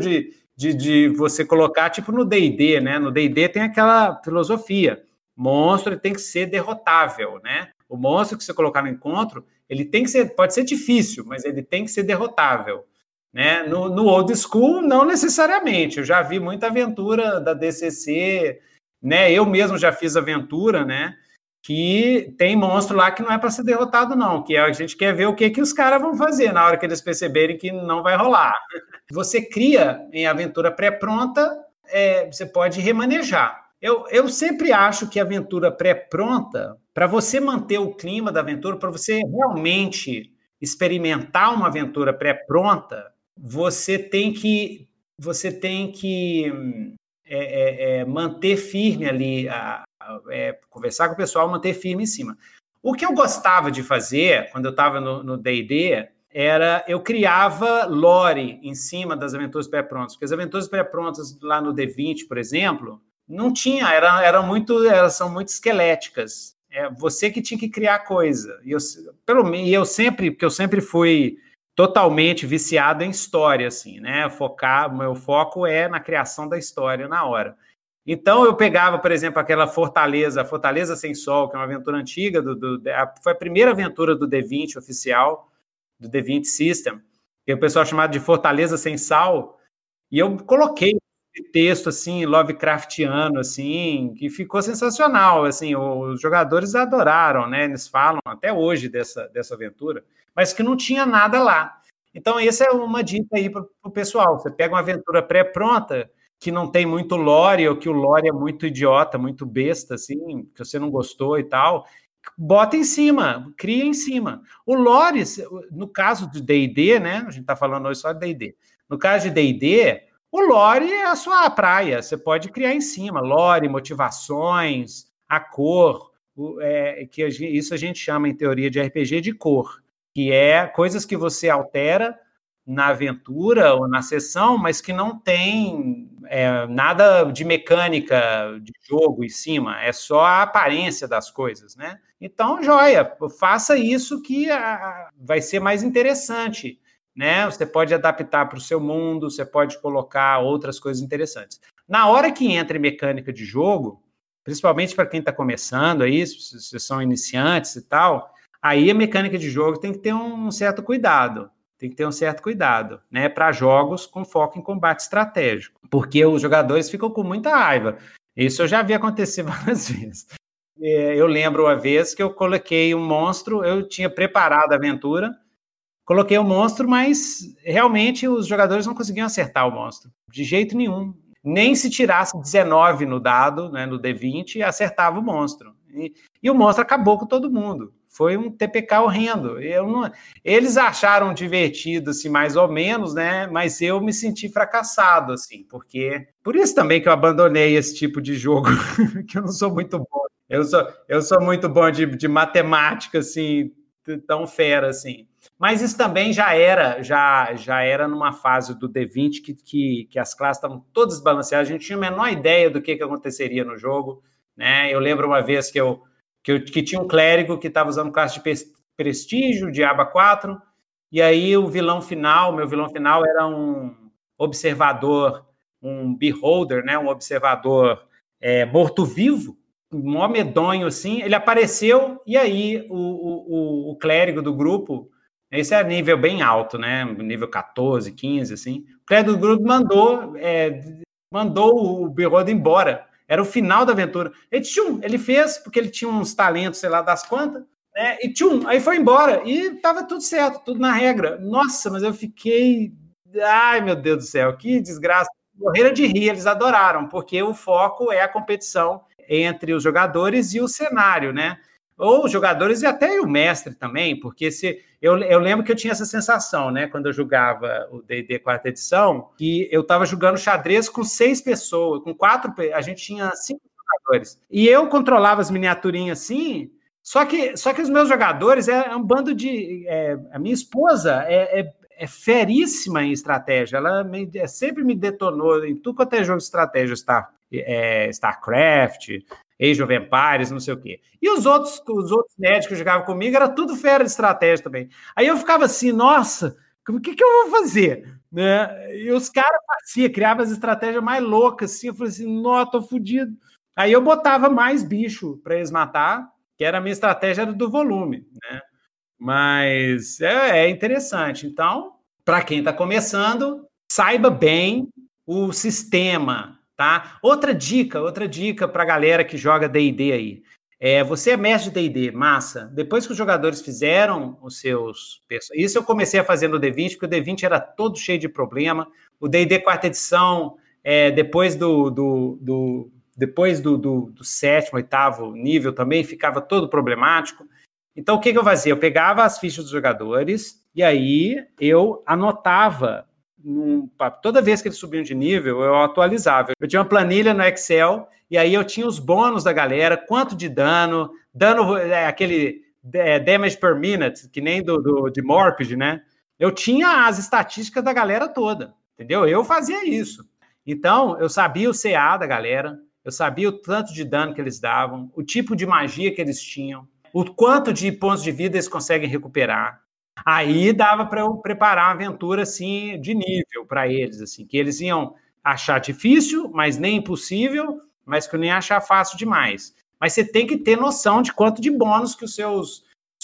de você colocar, tipo no D&D, né? No D&D tem aquela filosofia, monstro tem que ser derrotável, né? O monstro que você colocar no encontro, ele tem que ser, pode ser difícil, mas ele tem que ser derrotável, né? No old school, não necessariamente. Eu já vi muita aventura da DCC, né? Eu mesmo já fiz aventura, né? Que tem monstro lá que não é para ser derrotado, não. Que a gente quer ver o que os caras vão fazer na hora que eles perceberem que não vai rolar. Você cria em aventura pré-pronta, você pode remanejar. Eu sempre acho que a aventura pré-pronta, para você manter o clima da aventura, para você realmente experimentar uma aventura pré-pronta, você tem que manter firme ali, conversar com o pessoal, manter firme em cima. O que eu gostava de fazer, quando eu estava no D&D, era eu criava lore em cima das aventuras pré-prontas, porque as aventuras pré-prontas lá no D20, por exemplo, não tinha, elas são muito esqueléticas. Você que tinha que criar coisa. Porque eu sempre fui totalmente viciado em história, assim, né? Meu foco é na criação da história na hora. Então, eu pegava, por exemplo, aquela Fortaleza Sem Sol, que é uma aventura antiga, foi a primeira aventura do D20 oficial, do D20 System, que o pessoal chamava de Fortaleza Sem Sal, e eu coloquei texto, assim, Lovecraftiano, assim, que ficou sensacional, assim, os jogadores adoraram, né? Eles falam até hoje dessa aventura, mas que não tinha nada lá. Então, essa é uma dica aí para o pessoal. Você pega uma aventura pré-pronta, que não tem muito lore, ou que o lore é muito idiota, muito besta, assim, que você não gostou e tal, bota em cima, cria em cima. O lore, no caso de D&D, né? A gente está falando hoje só de D&D. No caso de D&D, o lore é a sua praia, você pode criar em cima, lore, motivações, a cor, isso a gente chama em teoria de RPG de cor, que é coisas que você altera na aventura ou na sessão, mas que não tem nada de mecânica de jogo em cima, é só a aparência das coisas, né? Então, joia, faça isso que vai ser mais interessante, né? Você pode adaptar para o seu mundo, você pode colocar outras coisas interessantes. Na hora que entra em mecânica de jogo, principalmente para quem está começando aí, se vocês são iniciantes e tal, aí a mecânica de jogo tem que ter um certo cuidado. Tem que ter um certo cuidado, né? Para jogos com foco em combate estratégico. Porque os jogadores ficam com muita raiva. Isso eu já vi acontecer várias vezes. Eu lembro uma vez que eu coloquei um monstro, eu tinha preparado a aventura, coloquei o monstro, mas realmente os jogadores não conseguiam acertar o monstro. De jeito nenhum. Nem se tirasse 19 no dado, né, no D20, acertava o monstro. E o monstro acabou com todo mundo. Foi um TPK horrendo. Eles acharam divertido, assim, mais ou menos, né? Mas eu me senti fracassado, assim, porque... Por isso também que eu abandonei esse tipo de jogo, que eu não sou muito bom. Eu sou muito bom de matemática, assim, tão fera, assim. Mas isso também já era numa fase do D20 que as classes estavam todas desbalanceadas. A gente tinha a menor ideia do que aconteceria no jogo, né? Eu lembro uma vez que tinha um clérigo que estava usando classe de prestígio, de aba 4, e aí meu vilão final era um observador, um beholder, né, um observador morto-vivo, mó medonho assim, ele apareceu, e aí o clérigo do grupo, esse é nível bem alto, né, nível 14, 15, assim, o clérigo do grupo mandou o beholder embora. Era o final da aventura. Ele fez, porque ele tinha uns talentos, sei lá, das quantas, né? E aí foi embora. E tava tudo certo, tudo na regra. Nossa, mas eu fiquei... Ai, meu Deus do céu, que desgraça. Morreram de rir, eles adoraram, porque o foco é a competição entre os jogadores e o cenário, né? Ou os jogadores e até o mestre também, porque eu lembro que eu tinha essa sensação, né, quando eu jogava o D&D 4ª edição, que eu estava jogando xadrez com 6 pessoas, a gente tinha 5 jogadores, e eu controlava as miniaturinhas assim, só que os meus jogadores é um bando de... a minha esposa é feríssima em estratégia, ela sempre me detonou em tudo quanto é jogo de estratégia, StarCraft, Age of Empires, não sei o quê. E os outros nerds que jogavam comigo era tudo fera de estratégia também. Aí eu ficava assim, nossa, o que eu vou fazer? Né? E os caras criavam as estratégias mais loucas, assim, eu falei assim, nossa, tô fudido. Aí eu botava mais bicho para eles matar, que era a minha estratégia do volume, né? Mas é interessante. Então, para quem está começando, saiba bem o sistema, tá? Outra dica para a galera que joga D&D aí. Você é mestre de D&D, massa. Depois que os jogadores fizeram os seus... Isso eu comecei a fazer no D20, porque o D20 era todo cheio de problema. O D&D 4ª edição, depois do 7º, 8º nível também, ficava todo problemático. Então, o que eu fazia? Eu pegava as fichas dos jogadores e aí eu anotava, toda vez que eles subiam de nível, eu atualizava. Eu tinha uma planilha no Excel e aí eu tinha os bônus da galera, quanto de dano, aquele damage per minute, que nem de Morpg, né? Eu tinha as estatísticas da galera toda, entendeu? Eu fazia isso. Então, eu sabia o CA da galera, eu sabia o tanto de dano que eles davam, o tipo de magia que eles tinham, o quanto de pontos de vida eles conseguem recuperar. Aí dava para eu preparar uma aventura assim, de nível para eles, assim, que eles iam achar difícil, mas nem impossível, mas que eu nem ia achar fácil demais. Mas você tem que ter noção de quanto de bônus que os seus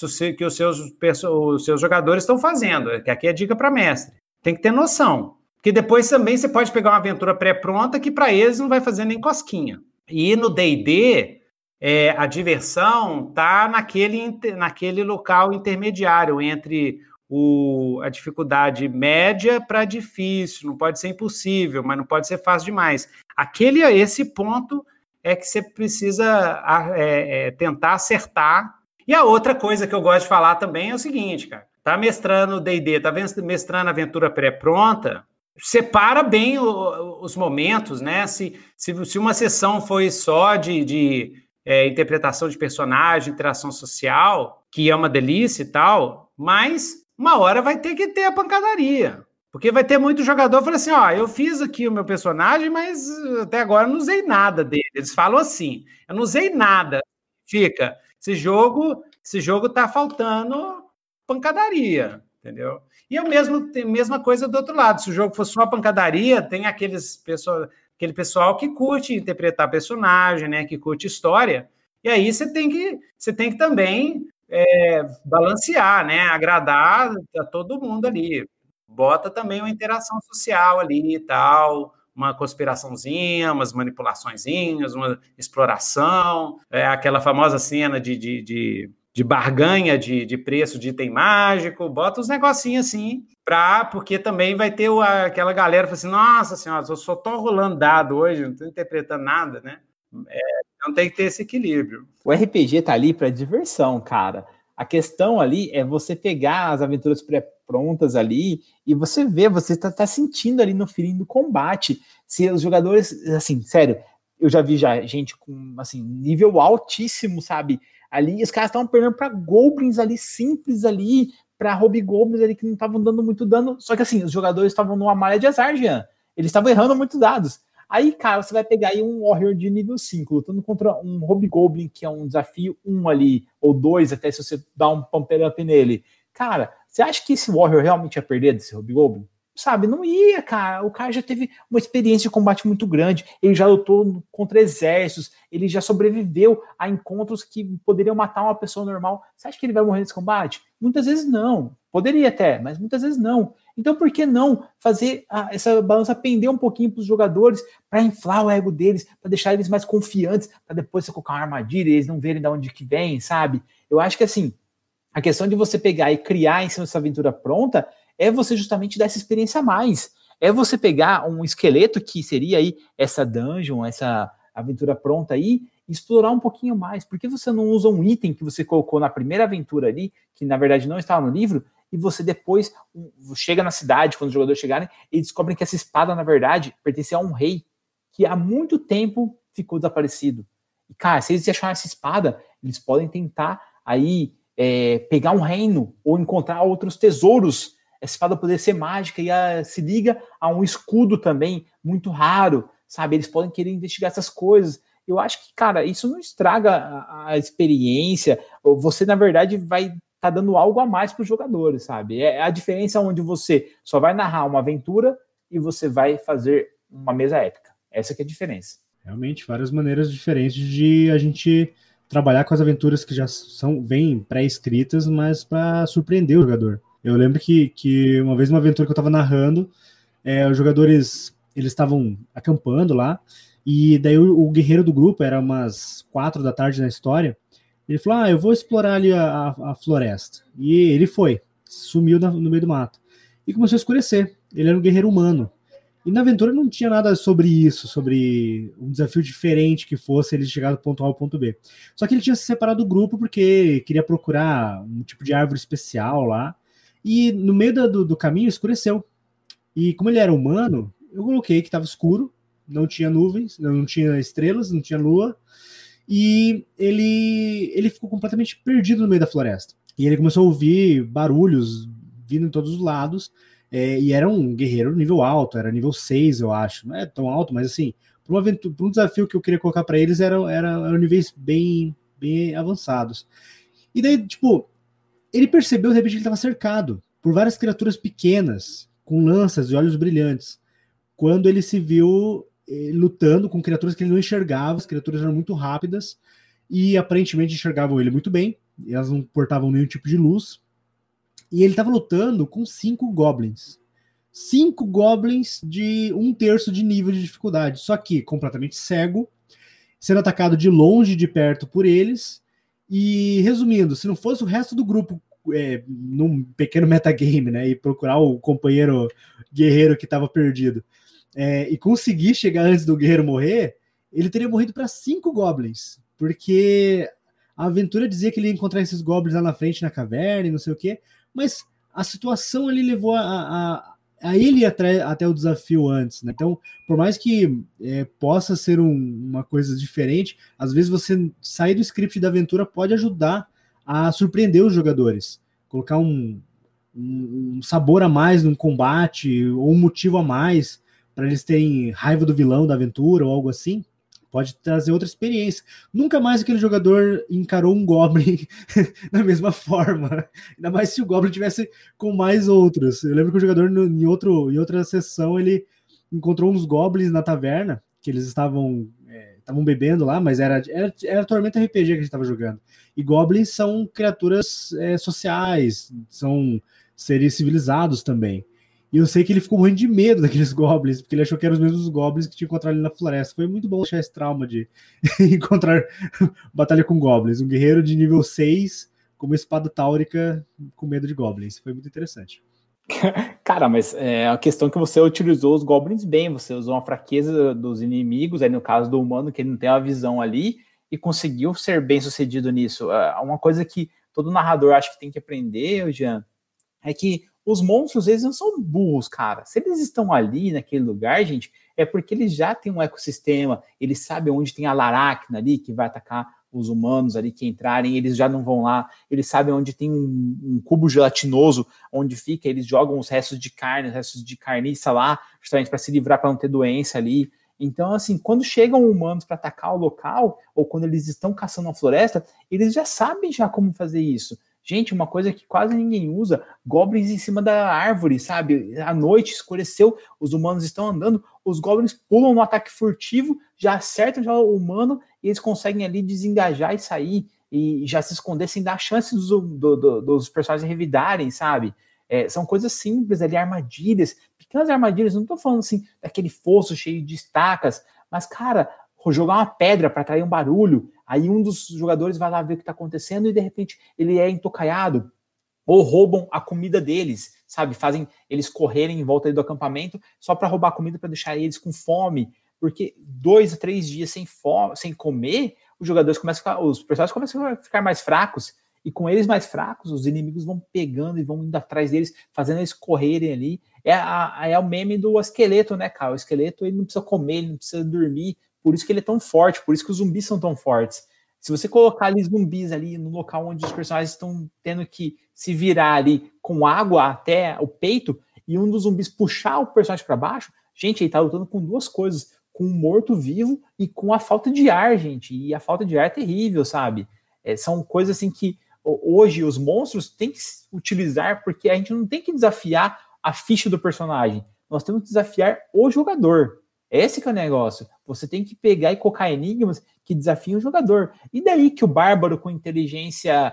jogadores estão fazendo, que aqui é dica para mestre. Tem que ter noção. Porque depois também você pode pegar uma aventura pré-pronta que para eles não vai fazer nem cosquinha. E no D&D... a diversão está naquele local intermediário entre a dificuldade média para difícil. Não pode ser impossível, mas não pode ser fácil demais. Esse ponto é que você precisa tentar acertar. E a outra coisa que eu gosto de falar também é o seguinte, cara. Tá mestrando o D&D, tá mestrando a aventura pré-pronta, separa bem os momentos, né? Se uma sessão foi só de interpretação de personagem, interação social, que é uma delícia e tal, mas uma hora vai ter que ter a pancadaria. Porque vai ter muito jogador que fala assim, eu fiz aqui o meu personagem, mas até agora eu não usei nada dele. Eles falam assim, eu não usei nada. Fica, esse jogo tá faltando pancadaria, entendeu? E a mesma coisa do outro lado. Se o jogo for só pancadaria, tem aquele pessoal que curte interpretar personagem, né? Que curte história. E aí você tem que também balancear, né? Agradar a todo mundo ali. Bota também uma interação social ali e tal, uma conspiraçãozinha, umas manipulaçõezinhas, uma exploração, aquela famosa cena de barganha de preço de item mágico, bota uns negocinhos assim, porque também vai ter aquela galera que fala assim, nossa senhora, eu só tô rolando dado hoje, não tô interpretando nada, né? Então tem que ter esse equilíbrio. O RPG tá ali para diversão, cara. A questão ali é você pegar as aventuras pré-prontas ali e você ver, você tá sentindo ali no feeling do combate. Se os jogadores, assim, sério, eu já vi gente com, assim, nível altíssimo, sabe? Ali, os caras estavam perdendo para goblins ali, simples ali, para hobgoblins ali que não estavam dando muito dano. Só que, assim, os jogadores estavam numa malha de azar, Jean. Eles estavam errando muitos dados. Aí, cara, você vai pegar aí um Warrior de nível 5, lutando contra um Hobgoblin, que é um desafio 1 ali, ou 2, até se você dá um pumper up nele. Cara, você acha que esse Warrior realmente ia perder desse Hobgoblin? Sabe, não ia, cara. O cara já teve uma experiência de combate muito grande, ele já lutou contra exércitos, ele já sobreviveu a encontros que poderiam matar uma pessoa normal. Você acha que ele vai morrer nesse combate? Muitas vezes não. Poderia até, mas muitas vezes não. Então, por que não fazer essa balança pender um pouquinho para os jogadores, para inflar o ego deles, para deixar eles mais confiantes, para depois você colocar uma armadilha e eles não verem de onde que vem, sabe? Eu acho que, assim, a questão de você pegar e criar em cima dessa aventura pronta é você justamente dar essa experiência a mais. É você pegar um esqueleto, que seria aí essa dungeon, essa aventura pronta aí, e explorar um pouquinho mais. Por que você não usa um item que você colocou na primeira aventura ali, que na verdade não estava no livro, e você depois chega na cidade, quando os jogadores chegarem, e descobrem que essa espada, na verdade, pertencia a um rei que há muito tempo ficou desaparecido. E, cara, se eles acharem essa espada, eles podem tentar aí pegar um reino ou encontrar outros tesouros. Essa espada poderia ser mágica e se liga a um escudo também muito raro, sabe? Eles podem querer investigar essas coisas. Eu acho que, cara, isso não estraga a experiência. Você, na verdade, vai tá dando algo a mais para os jogadores, sabe? É a diferença onde você só vai narrar uma aventura e você vai fazer uma mesa épica. Essa que é a diferença. Realmente, várias maneiras diferentes de a gente trabalhar com as aventuras que já vêm pré-escritas, mas para surpreender o jogador. Eu lembro que uma vez, uma aventura que eu estava narrando, os jogadores, eles estavam acampando lá, e daí o guerreiro do grupo, era umas 4 da tarde na história, ele falou, eu vou explorar ali a floresta. E ele foi, sumiu no meio do mato. E começou a escurecer. Ele era um guerreiro humano. E na aventura não tinha nada sobre isso, sobre um desafio diferente que fosse ele chegar do ponto A ao ponto B. Só que ele tinha se separado do grupo porque queria procurar um tipo de árvore especial lá. E no meio do caminho escureceu. E como ele era humano, eu coloquei que estava escuro, não tinha nuvens, não tinha estrelas, não tinha lua. E ele ficou completamente perdido no meio da floresta. E ele começou a ouvir barulhos vindo de todos os lados. E era um guerreiro nível alto, era nível 6, eu acho. Não é tão alto, mas assim, para um desafio que eu queria colocar para eles, eram níveis bem, bem avançados. E daí, tipo, ele percebeu de repente que ele estava cercado por várias criaturas pequenas, com lanças e olhos brilhantes. Quando ele se viu lutando com criaturas que ele não enxergava, as criaturas eram muito rápidas e aparentemente enxergavam ele muito bem, e elas não portavam nenhum tipo de luz, e ele estava lutando com 5 goblins. 5 goblins de 1/3 de nível de dificuldade, só que completamente cego, sendo atacado de longe e de perto por eles, e resumindo, se não fosse o resto do grupo num pequeno metagame, né, e procurar o companheiro guerreiro que estava perdido, e conseguir chegar antes do guerreiro morrer, ele teria morrido para 5 goblins, porque a aventura dizia que ele ia encontrar esses goblins lá na frente na caverna e não sei o quê, mas a situação ali levou a aí ele ia até o desafio antes, né? Então, por mais que possa ser uma coisa diferente, às vezes você sair do script da aventura pode ajudar a surpreender os jogadores, colocar um sabor a mais num combate, ou um motivo a mais para eles terem raiva do vilão da aventura, ou algo assim. Pode trazer outra experiência. Nunca mais aquele jogador encarou um Goblin da mesma forma. Ainda mais se o Goblin tivesse com mais outros. Eu lembro que o jogador, em outra sessão, ele encontrou uns Goblins na taverna, que eles estavam bebendo lá, mas era Tormenta RPG que a gente estava jogando. E Goblins são criaturas sociais, são seres civilizados também. E eu sei que ele ficou morrendo de medo daqueles goblins, porque ele achou que eram os mesmos goblins que tinha encontrado ali na floresta. Foi muito bom deixar esse trauma de encontrar batalha com goblins. Um guerreiro de nível 6 com uma espada táurica com medo de goblins. Foi muito interessante. Cara, mas a questão é que você utilizou os goblins bem. Você usou uma fraqueza dos inimigos, aí no caso do humano, que ele não tem uma visão ali, e conseguiu ser bem sucedido nisso. Uma coisa que todo narrador acha que tem que aprender, Jean, é que os monstros, eles não são burros, cara. Se eles estão ali, naquele lugar, gente, é porque eles já têm um ecossistema, eles sabem onde tem a Laracna ali, que vai atacar os humanos ali que entrarem, eles já não vão lá, eles sabem onde tem um cubo gelatinoso, onde fica, eles jogam os restos de carne, os restos de carniça lá, justamente para se livrar, para não ter doença ali. Então, assim, quando chegam humanos para atacar o local, ou quando eles estão caçando a floresta, eles já sabem já como fazer isso. Gente, uma coisa que quase ninguém usa, goblins em cima da árvore, sabe? À noite, escureceu, os humanos estão andando, os goblins pulam no ataque furtivo, já acertam já o humano, e eles conseguem ali desengajar e sair, e já se esconder sem dar chance dos personagens revidarem, sabe? São coisas simples ali, armadilhas, pequenas armadilhas, não tô falando assim, daquele fosso cheio de estacas, mas, cara, jogar uma pedra para atrair um barulho, aí um dos jogadores vai lá ver o que está acontecendo e de repente ele é entocaiado, ou roubam a comida deles, sabe? Fazem eles correrem em volta do acampamento só para roubar a comida, para deixar eles com fome, porque 2 a 3 dias sem fome, sem comer, os personagens começam a ficar mais fracos, e com eles mais fracos, os inimigos vão pegando e vão indo atrás deles, fazendo eles correrem ali. É o meme do esqueleto, né, cara? O esqueleto, ele não precisa comer, ele não precisa dormir, por isso que ele é tão forte, por isso que os zumbis são tão fortes. Se você colocar ali zumbis ali no local onde os personagens estão tendo que se virar ali com água até o peito, e um dos zumbis puxar o personagem para baixo, gente, ele tá lutando com 2 coisas, com um morto-vivo e com a falta de ar, gente. E a falta de ar é terrível, sabe? São coisas assim que hoje os monstros têm que utilizar, porque a gente não tem que desafiar a ficha do personagem. Nós temos que desafiar o jogador. Esse que é o negócio. Você tem que pegar e colocar enigmas que desafiam o jogador. E daí que o bárbaro com inteligência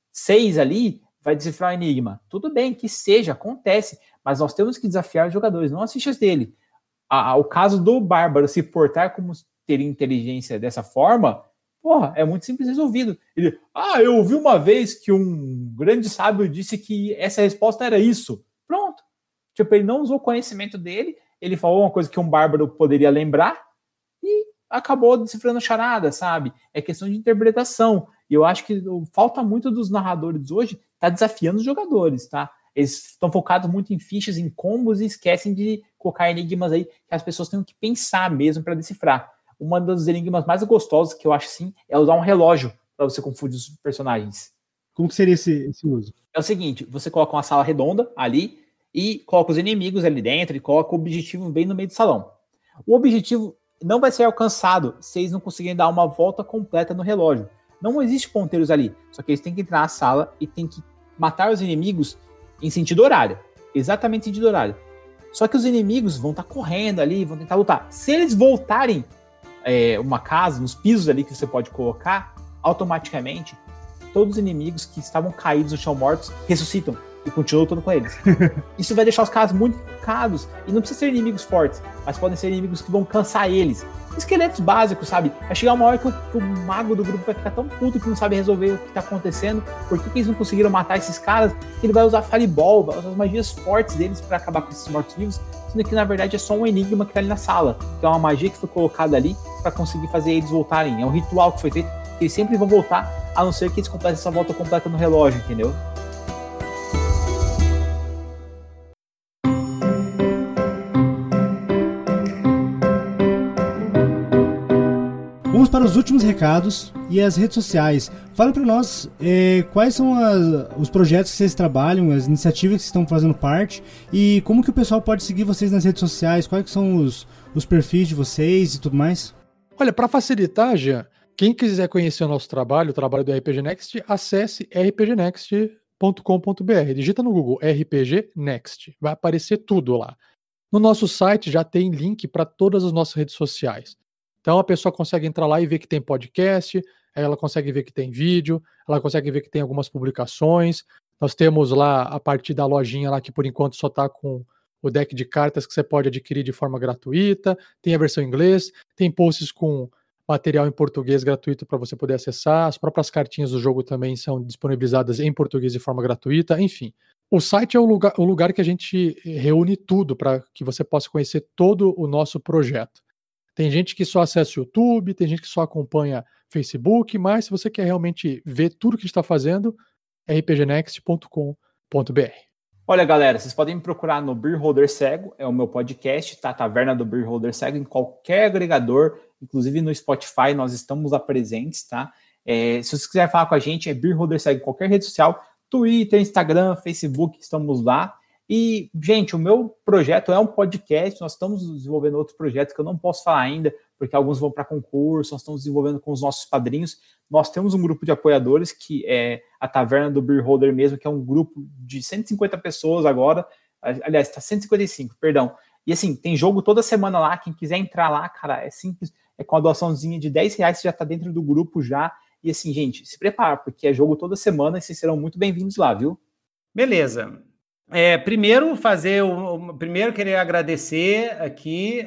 6 ali vai decifrar o enigma? Tudo bem, que seja, acontece. Mas nós temos que desafiar os jogadores, não as fichas dele. O caso do bárbaro se portar como ter inteligência dessa forma, porra, é muito simples resolvido. Ele, eu ouvi uma vez que um grande sábio disse que essa resposta era isso. Pronto. Tipo, ele não usou o conhecimento dele, ele falou uma coisa que um bárbaro poderia lembrar e acabou decifrando charada, sabe? É questão de interpretação. E eu acho que falta muito dos narradores hoje, tá desafiando os jogadores, tá? Eles estão focados muito em fichas, em combos e esquecem de colocar enigmas aí que as pessoas têm que pensar mesmo para decifrar. Uma dos enigmas mais gostosos que eu acho assim é usar um relógio para você confundir os personagens. Como que seria esse uso? É o seguinte, você coloca uma sala redonda ali e coloca os inimigos ali dentro e coloca o objetivo bem no meio do salão. O objetivo não vai ser alcançado se eles não conseguirem dar uma volta completa no relógio. Não existe ponteiros ali, só que eles têm que entrar na sala e têm que matar os inimigos em sentido horário. Exatamente em sentido horário. Só que os inimigos vão estar correndo ali, vão tentar lutar. Se eles voltarem uma casa, nos pisos ali que você pode colocar, automaticamente todos os inimigos que estavam caídos no chão mortos ressuscitam e continuam lutando com eles. Isso vai deixar os caras muito focados, e não precisa ser inimigos fortes, mas podem ser inimigos que vão cansar eles. Esqueletos básicos, sabe? Vai chegar uma hora que o mago do grupo vai ficar tão puto que não sabe resolver o que tá acontecendo, por que eles não conseguiram matar esses caras, que ele vai usar Fireball, vai usar as magias fortes deles para acabar com esses mortos-vivos, sendo que na verdade é só um enigma que tá ali na sala, que é uma magia que foi colocada ali para conseguir fazer eles voltarem. É um ritual que foi feito, que eles sempre vão voltar, a não ser que eles completem essa volta completa no relógio, entendeu? Vamos para os últimos recados e as redes sociais. Fala para nós quais são os projetos que vocês trabalham, as iniciativas que vocês estão fazendo parte e como que o pessoal pode seguir vocês nas redes sociais, quais são os perfis de vocês e tudo mais. Olha, para facilitar, Jean, quem quiser conhecer o nosso trabalho, o trabalho do RPG Next, acesse rpgnext.com.br. Digita no Google RPG Next, vai aparecer tudo lá. No nosso site já tem link para todas as nossas redes sociais. Então a pessoa consegue entrar lá e ver que tem podcast, ela consegue ver que tem vídeo, ela consegue ver que tem algumas publicações. Nós temos lá a parte da lojinha lá que por enquanto só está com o deck de cartas que você pode adquirir de forma gratuita, tem a versão em inglês, tem posts com material em português gratuito para você poder acessar, as próprias cartinhas do jogo também são disponibilizadas em português de forma gratuita, enfim. O site é o lugar que a gente reúne tudo para que você possa conhecer todo o nosso projeto. Tem gente que só acessa o YouTube, tem gente que só acompanha Facebook, mas se você quer realmente ver tudo que a gente está fazendo, rpgnext.com.br. Olha, galera, vocês podem me procurar no Beer Holder Cego, é o meu podcast, tá? Taverna do Beer Holder Cego, em qualquer agregador, inclusive no Spotify, nós estamos lá presentes, tá? Se você quiser falar com a gente, é Beer Holder Cego em qualquer rede social, Twitter, Instagram, Facebook, estamos lá. E, gente, o meu projeto é um podcast, nós estamos desenvolvendo outros projetos que eu não posso falar ainda, porque alguns vão para concurso, nós estamos desenvolvendo com os nossos padrinhos. Nós temos um grupo de apoiadores, que é a Taverna do Beer Holder mesmo, que é um grupo de 150 pessoas agora, aliás, está 155, perdão. E assim, tem jogo toda semana lá, quem quiser entrar lá, cara, é simples, é com a doaçãozinha de R$10, você já está dentro do grupo já. E assim, gente, se prepara, porque é jogo toda semana e vocês serão muito bem-vindos lá, viu? Beleza. Primeiro querer agradecer aqui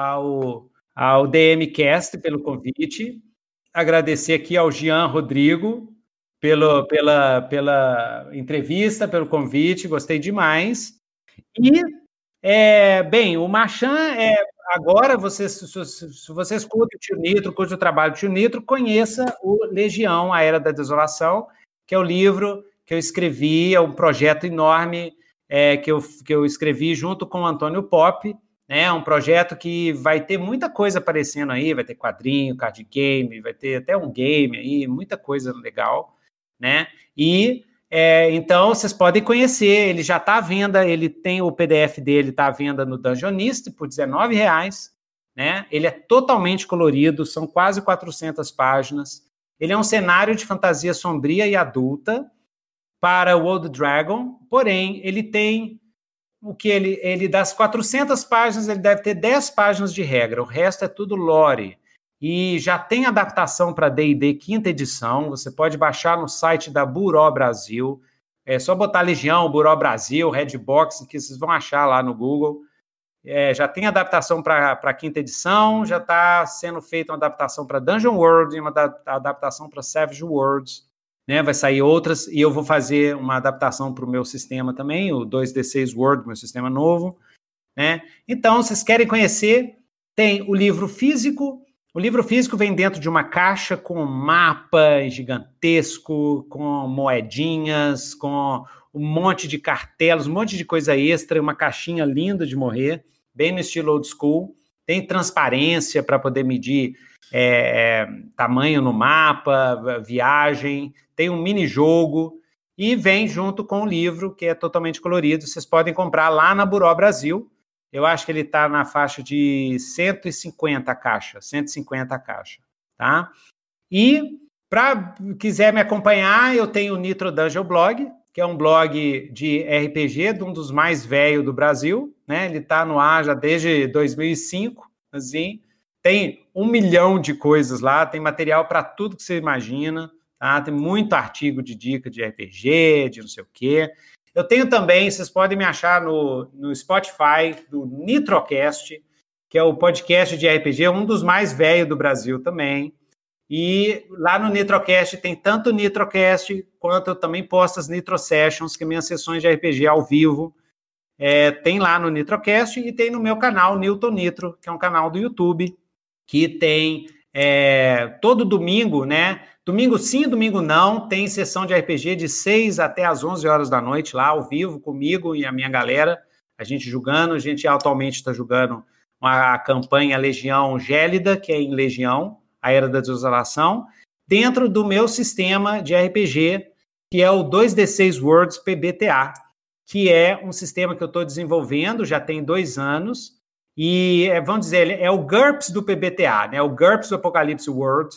ao DMcast pelo convite, agradecer aqui ao Jean Rodrigo pela entrevista, pelo convite, gostei demais. E, bem, o Marchand, agora, se você escuta o Tio Nitro, curte o trabalho do Tio Nitro, conheça o Legião, A Era da Desolação, que é o livro que eu escrevi, é um projeto enorme que eu escrevi junto com o Antônio Pop, né? Um projeto que vai ter muita coisa aparecendo aí, vai ter quadrinho, card game, vai ter até um game aí, muita coisa legal, né? E então vocês podem conhecer, ele já está à venda, ele tem o PDF dele, está à venda no Dungeonist por R$19, né? Ele é totalmente colorido, são quase 400 páginas. Ele é um cenário de fantasia sombria e adulta para o Old Dragon, porém, ele tem o que ele das 400 páginas, ele deve ter 10 páginas de regra, o resto é tudo lore. E já tem adaptação para D&D 5ª edição, você pode baixar no site da Buró Brasil, é só botar Legião, Buró Brasil, Redbox, que vocês vão achar lá no Google. Já tem adaptação para a 5ª edição, já está sendo feita uma adaptação para Dungeon World e uma adaptação para Savage Worlds, né? Vai sair outras, e eu vou fazer uma adaptação para o meu sistema também, o 2D6 World, meu sistema novo, né? Então, vocês querem conhecer, tem o livro físico. O livro físico vem dentro de uma caixa com um mapa gigantesco, com moedinhas, com um monte de cartelos, um monte de coisa extra, uma caixinha linda de morrer, bem no estilo old school. Tem transparência para poder medir tamanho no mapa, viagem, tem um mini-jogo e vem junto com o livro, que é totalmente colorido. Vocês podem comprar lá na Buró Brasil. Eu acho que ele está na faixa de 150 a caixa, tá? E, para quiser me acompanhar, eu tenho o Nitro Dungeon Blog, que é um blog de RPG, de um dos mais velhos do Brasil, né? Ele está no ar já desde 2005, assim. Tem 1 milhão de coisas lá, tem material para tudo que você imagina, tá? Tem muito artigo de dica de RPG, de não sei o quê. Eu tenho também, vocês podem me achar no Spotify, do Nitrocast, que é o podcast de RPG, um dos mais velhos do Brasil também. E lá no Nitrocast tem tanto o Nitrocast, quanto eu também posto as Nitro Sessions, que é minhas sessões de RPG ao vivo. Tem lá no Nitrocast e tem no meu canal, Newton Nitro, que é um canal do YouTube, que tem todo domingo, né? Domingo sim, domingo não, tem sessão de RPG de 6 até as 11 horas da noite lá, ao vivo, comigo e a minha galera, a gente jogando. A gente atualmente está jogando a campanha Legião Gélida, que é em Legião, A Era da Desolação, dentro do meu sistema de RPG, que é o 2D6 Worlds PBTA, que é um sistema que eu estou desenvolvendo, já tem 2 anos, e, vamos dizer, é o GURPS do PBTA, né? O GURPS do Apocalipse World,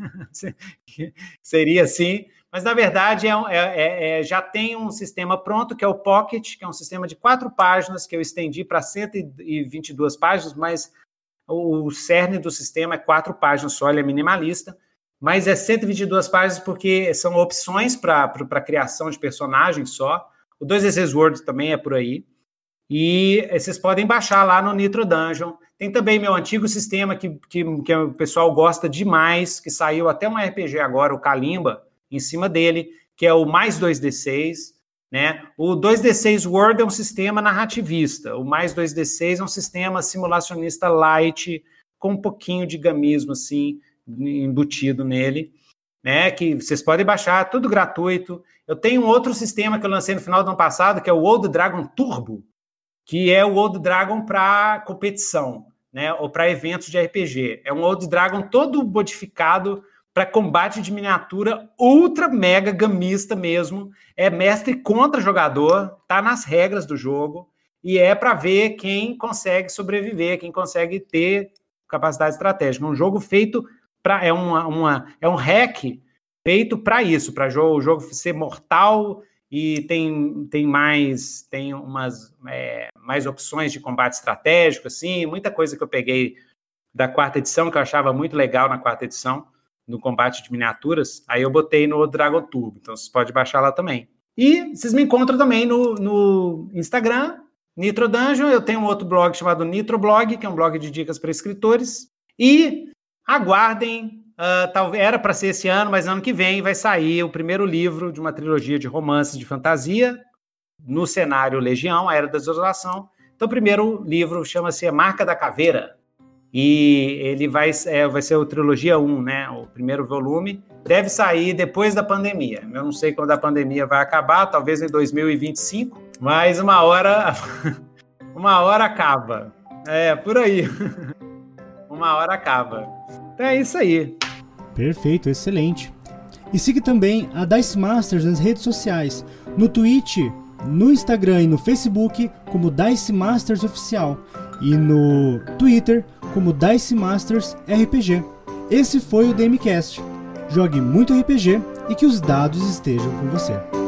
seria assim, mas na verdade já tem um sistema pronto, que é o Pocket, que é um sistema de 4 páginas, que eu estendi para 122 páginas, mas o cerne do sistema é 4 páginas só, ele é minimalista, mas é 122 páginas porque são opções para criação de personagens só. O 2D6 World também é por aí. E vocês podem baixar lá no Nitro Dungeon. Tem também meu antigo sistema que o pessoal gosta demais, que saiu até um RPG agora, o Kalimba, em cima dele, que é o mais 2D6, né? O 2D6 World é um sistema narrativista, o mais 2D6 é um sistema simulacionista light, com um pouquinho de gamismo, assim, embutido nele, né? Que vocês podem baixar, tudo gratuito. Eu tenho um outro sistema que eu lancei no final do ano passado, que é o Old Dragon Turbo, que é o Old Dragon para competição, né? Ou para eventos de RPG. É um Old Dragon todo modificado para combate de miniatura ultra mega gamista mesmo. É mestre contra jogador, tá nas regras do jogo, e é para ver quem consegue sobreviver, quem consegue ter capacidade estratégica. Um jogo feito para... É um hack feito para isso, para o jogo ser mortal, e tem mais opções de combate estratégico, assim, muita coisa que eu peguei da 4ª edição, que eu achava muito legal na 4ª edição, no combate de miniaturas, aí eu botei no Dragon Turbo, então vocês podem baixar lá também. E vocês me encontram também no Instagram, Nitro Dungeon. Eu tenho um outro blog chamado Nitro Blog, que é um blog de dicas para escritores, e aguardem, talvez era para ser esse ano, mas ano que vem vai sair o primeiro livro de uma trilogia de romances de fantasia no cenário Legião, a Era da Desolação. Então o primeiro livro chama-se A Marca da Caveira, e ele vai ser a trilogia 1, né? O primeiro volume deve sair depois da pandemia. Eu não sei quando a pandemia vai acabar, talvez em 2025, mas uma hora acaba. É, por aí. Uma hora acaba. Então é isso aí. Perfeito, excelente. E siga também a Dice Masters nas redes sociais, no Twitch, no Instagram e no Facebook como Dice Masters Oficial, e no Twitter como Dice Masters RPG. Esse foi o DMCast. Jogue muito RPG e que os dados estejam com você.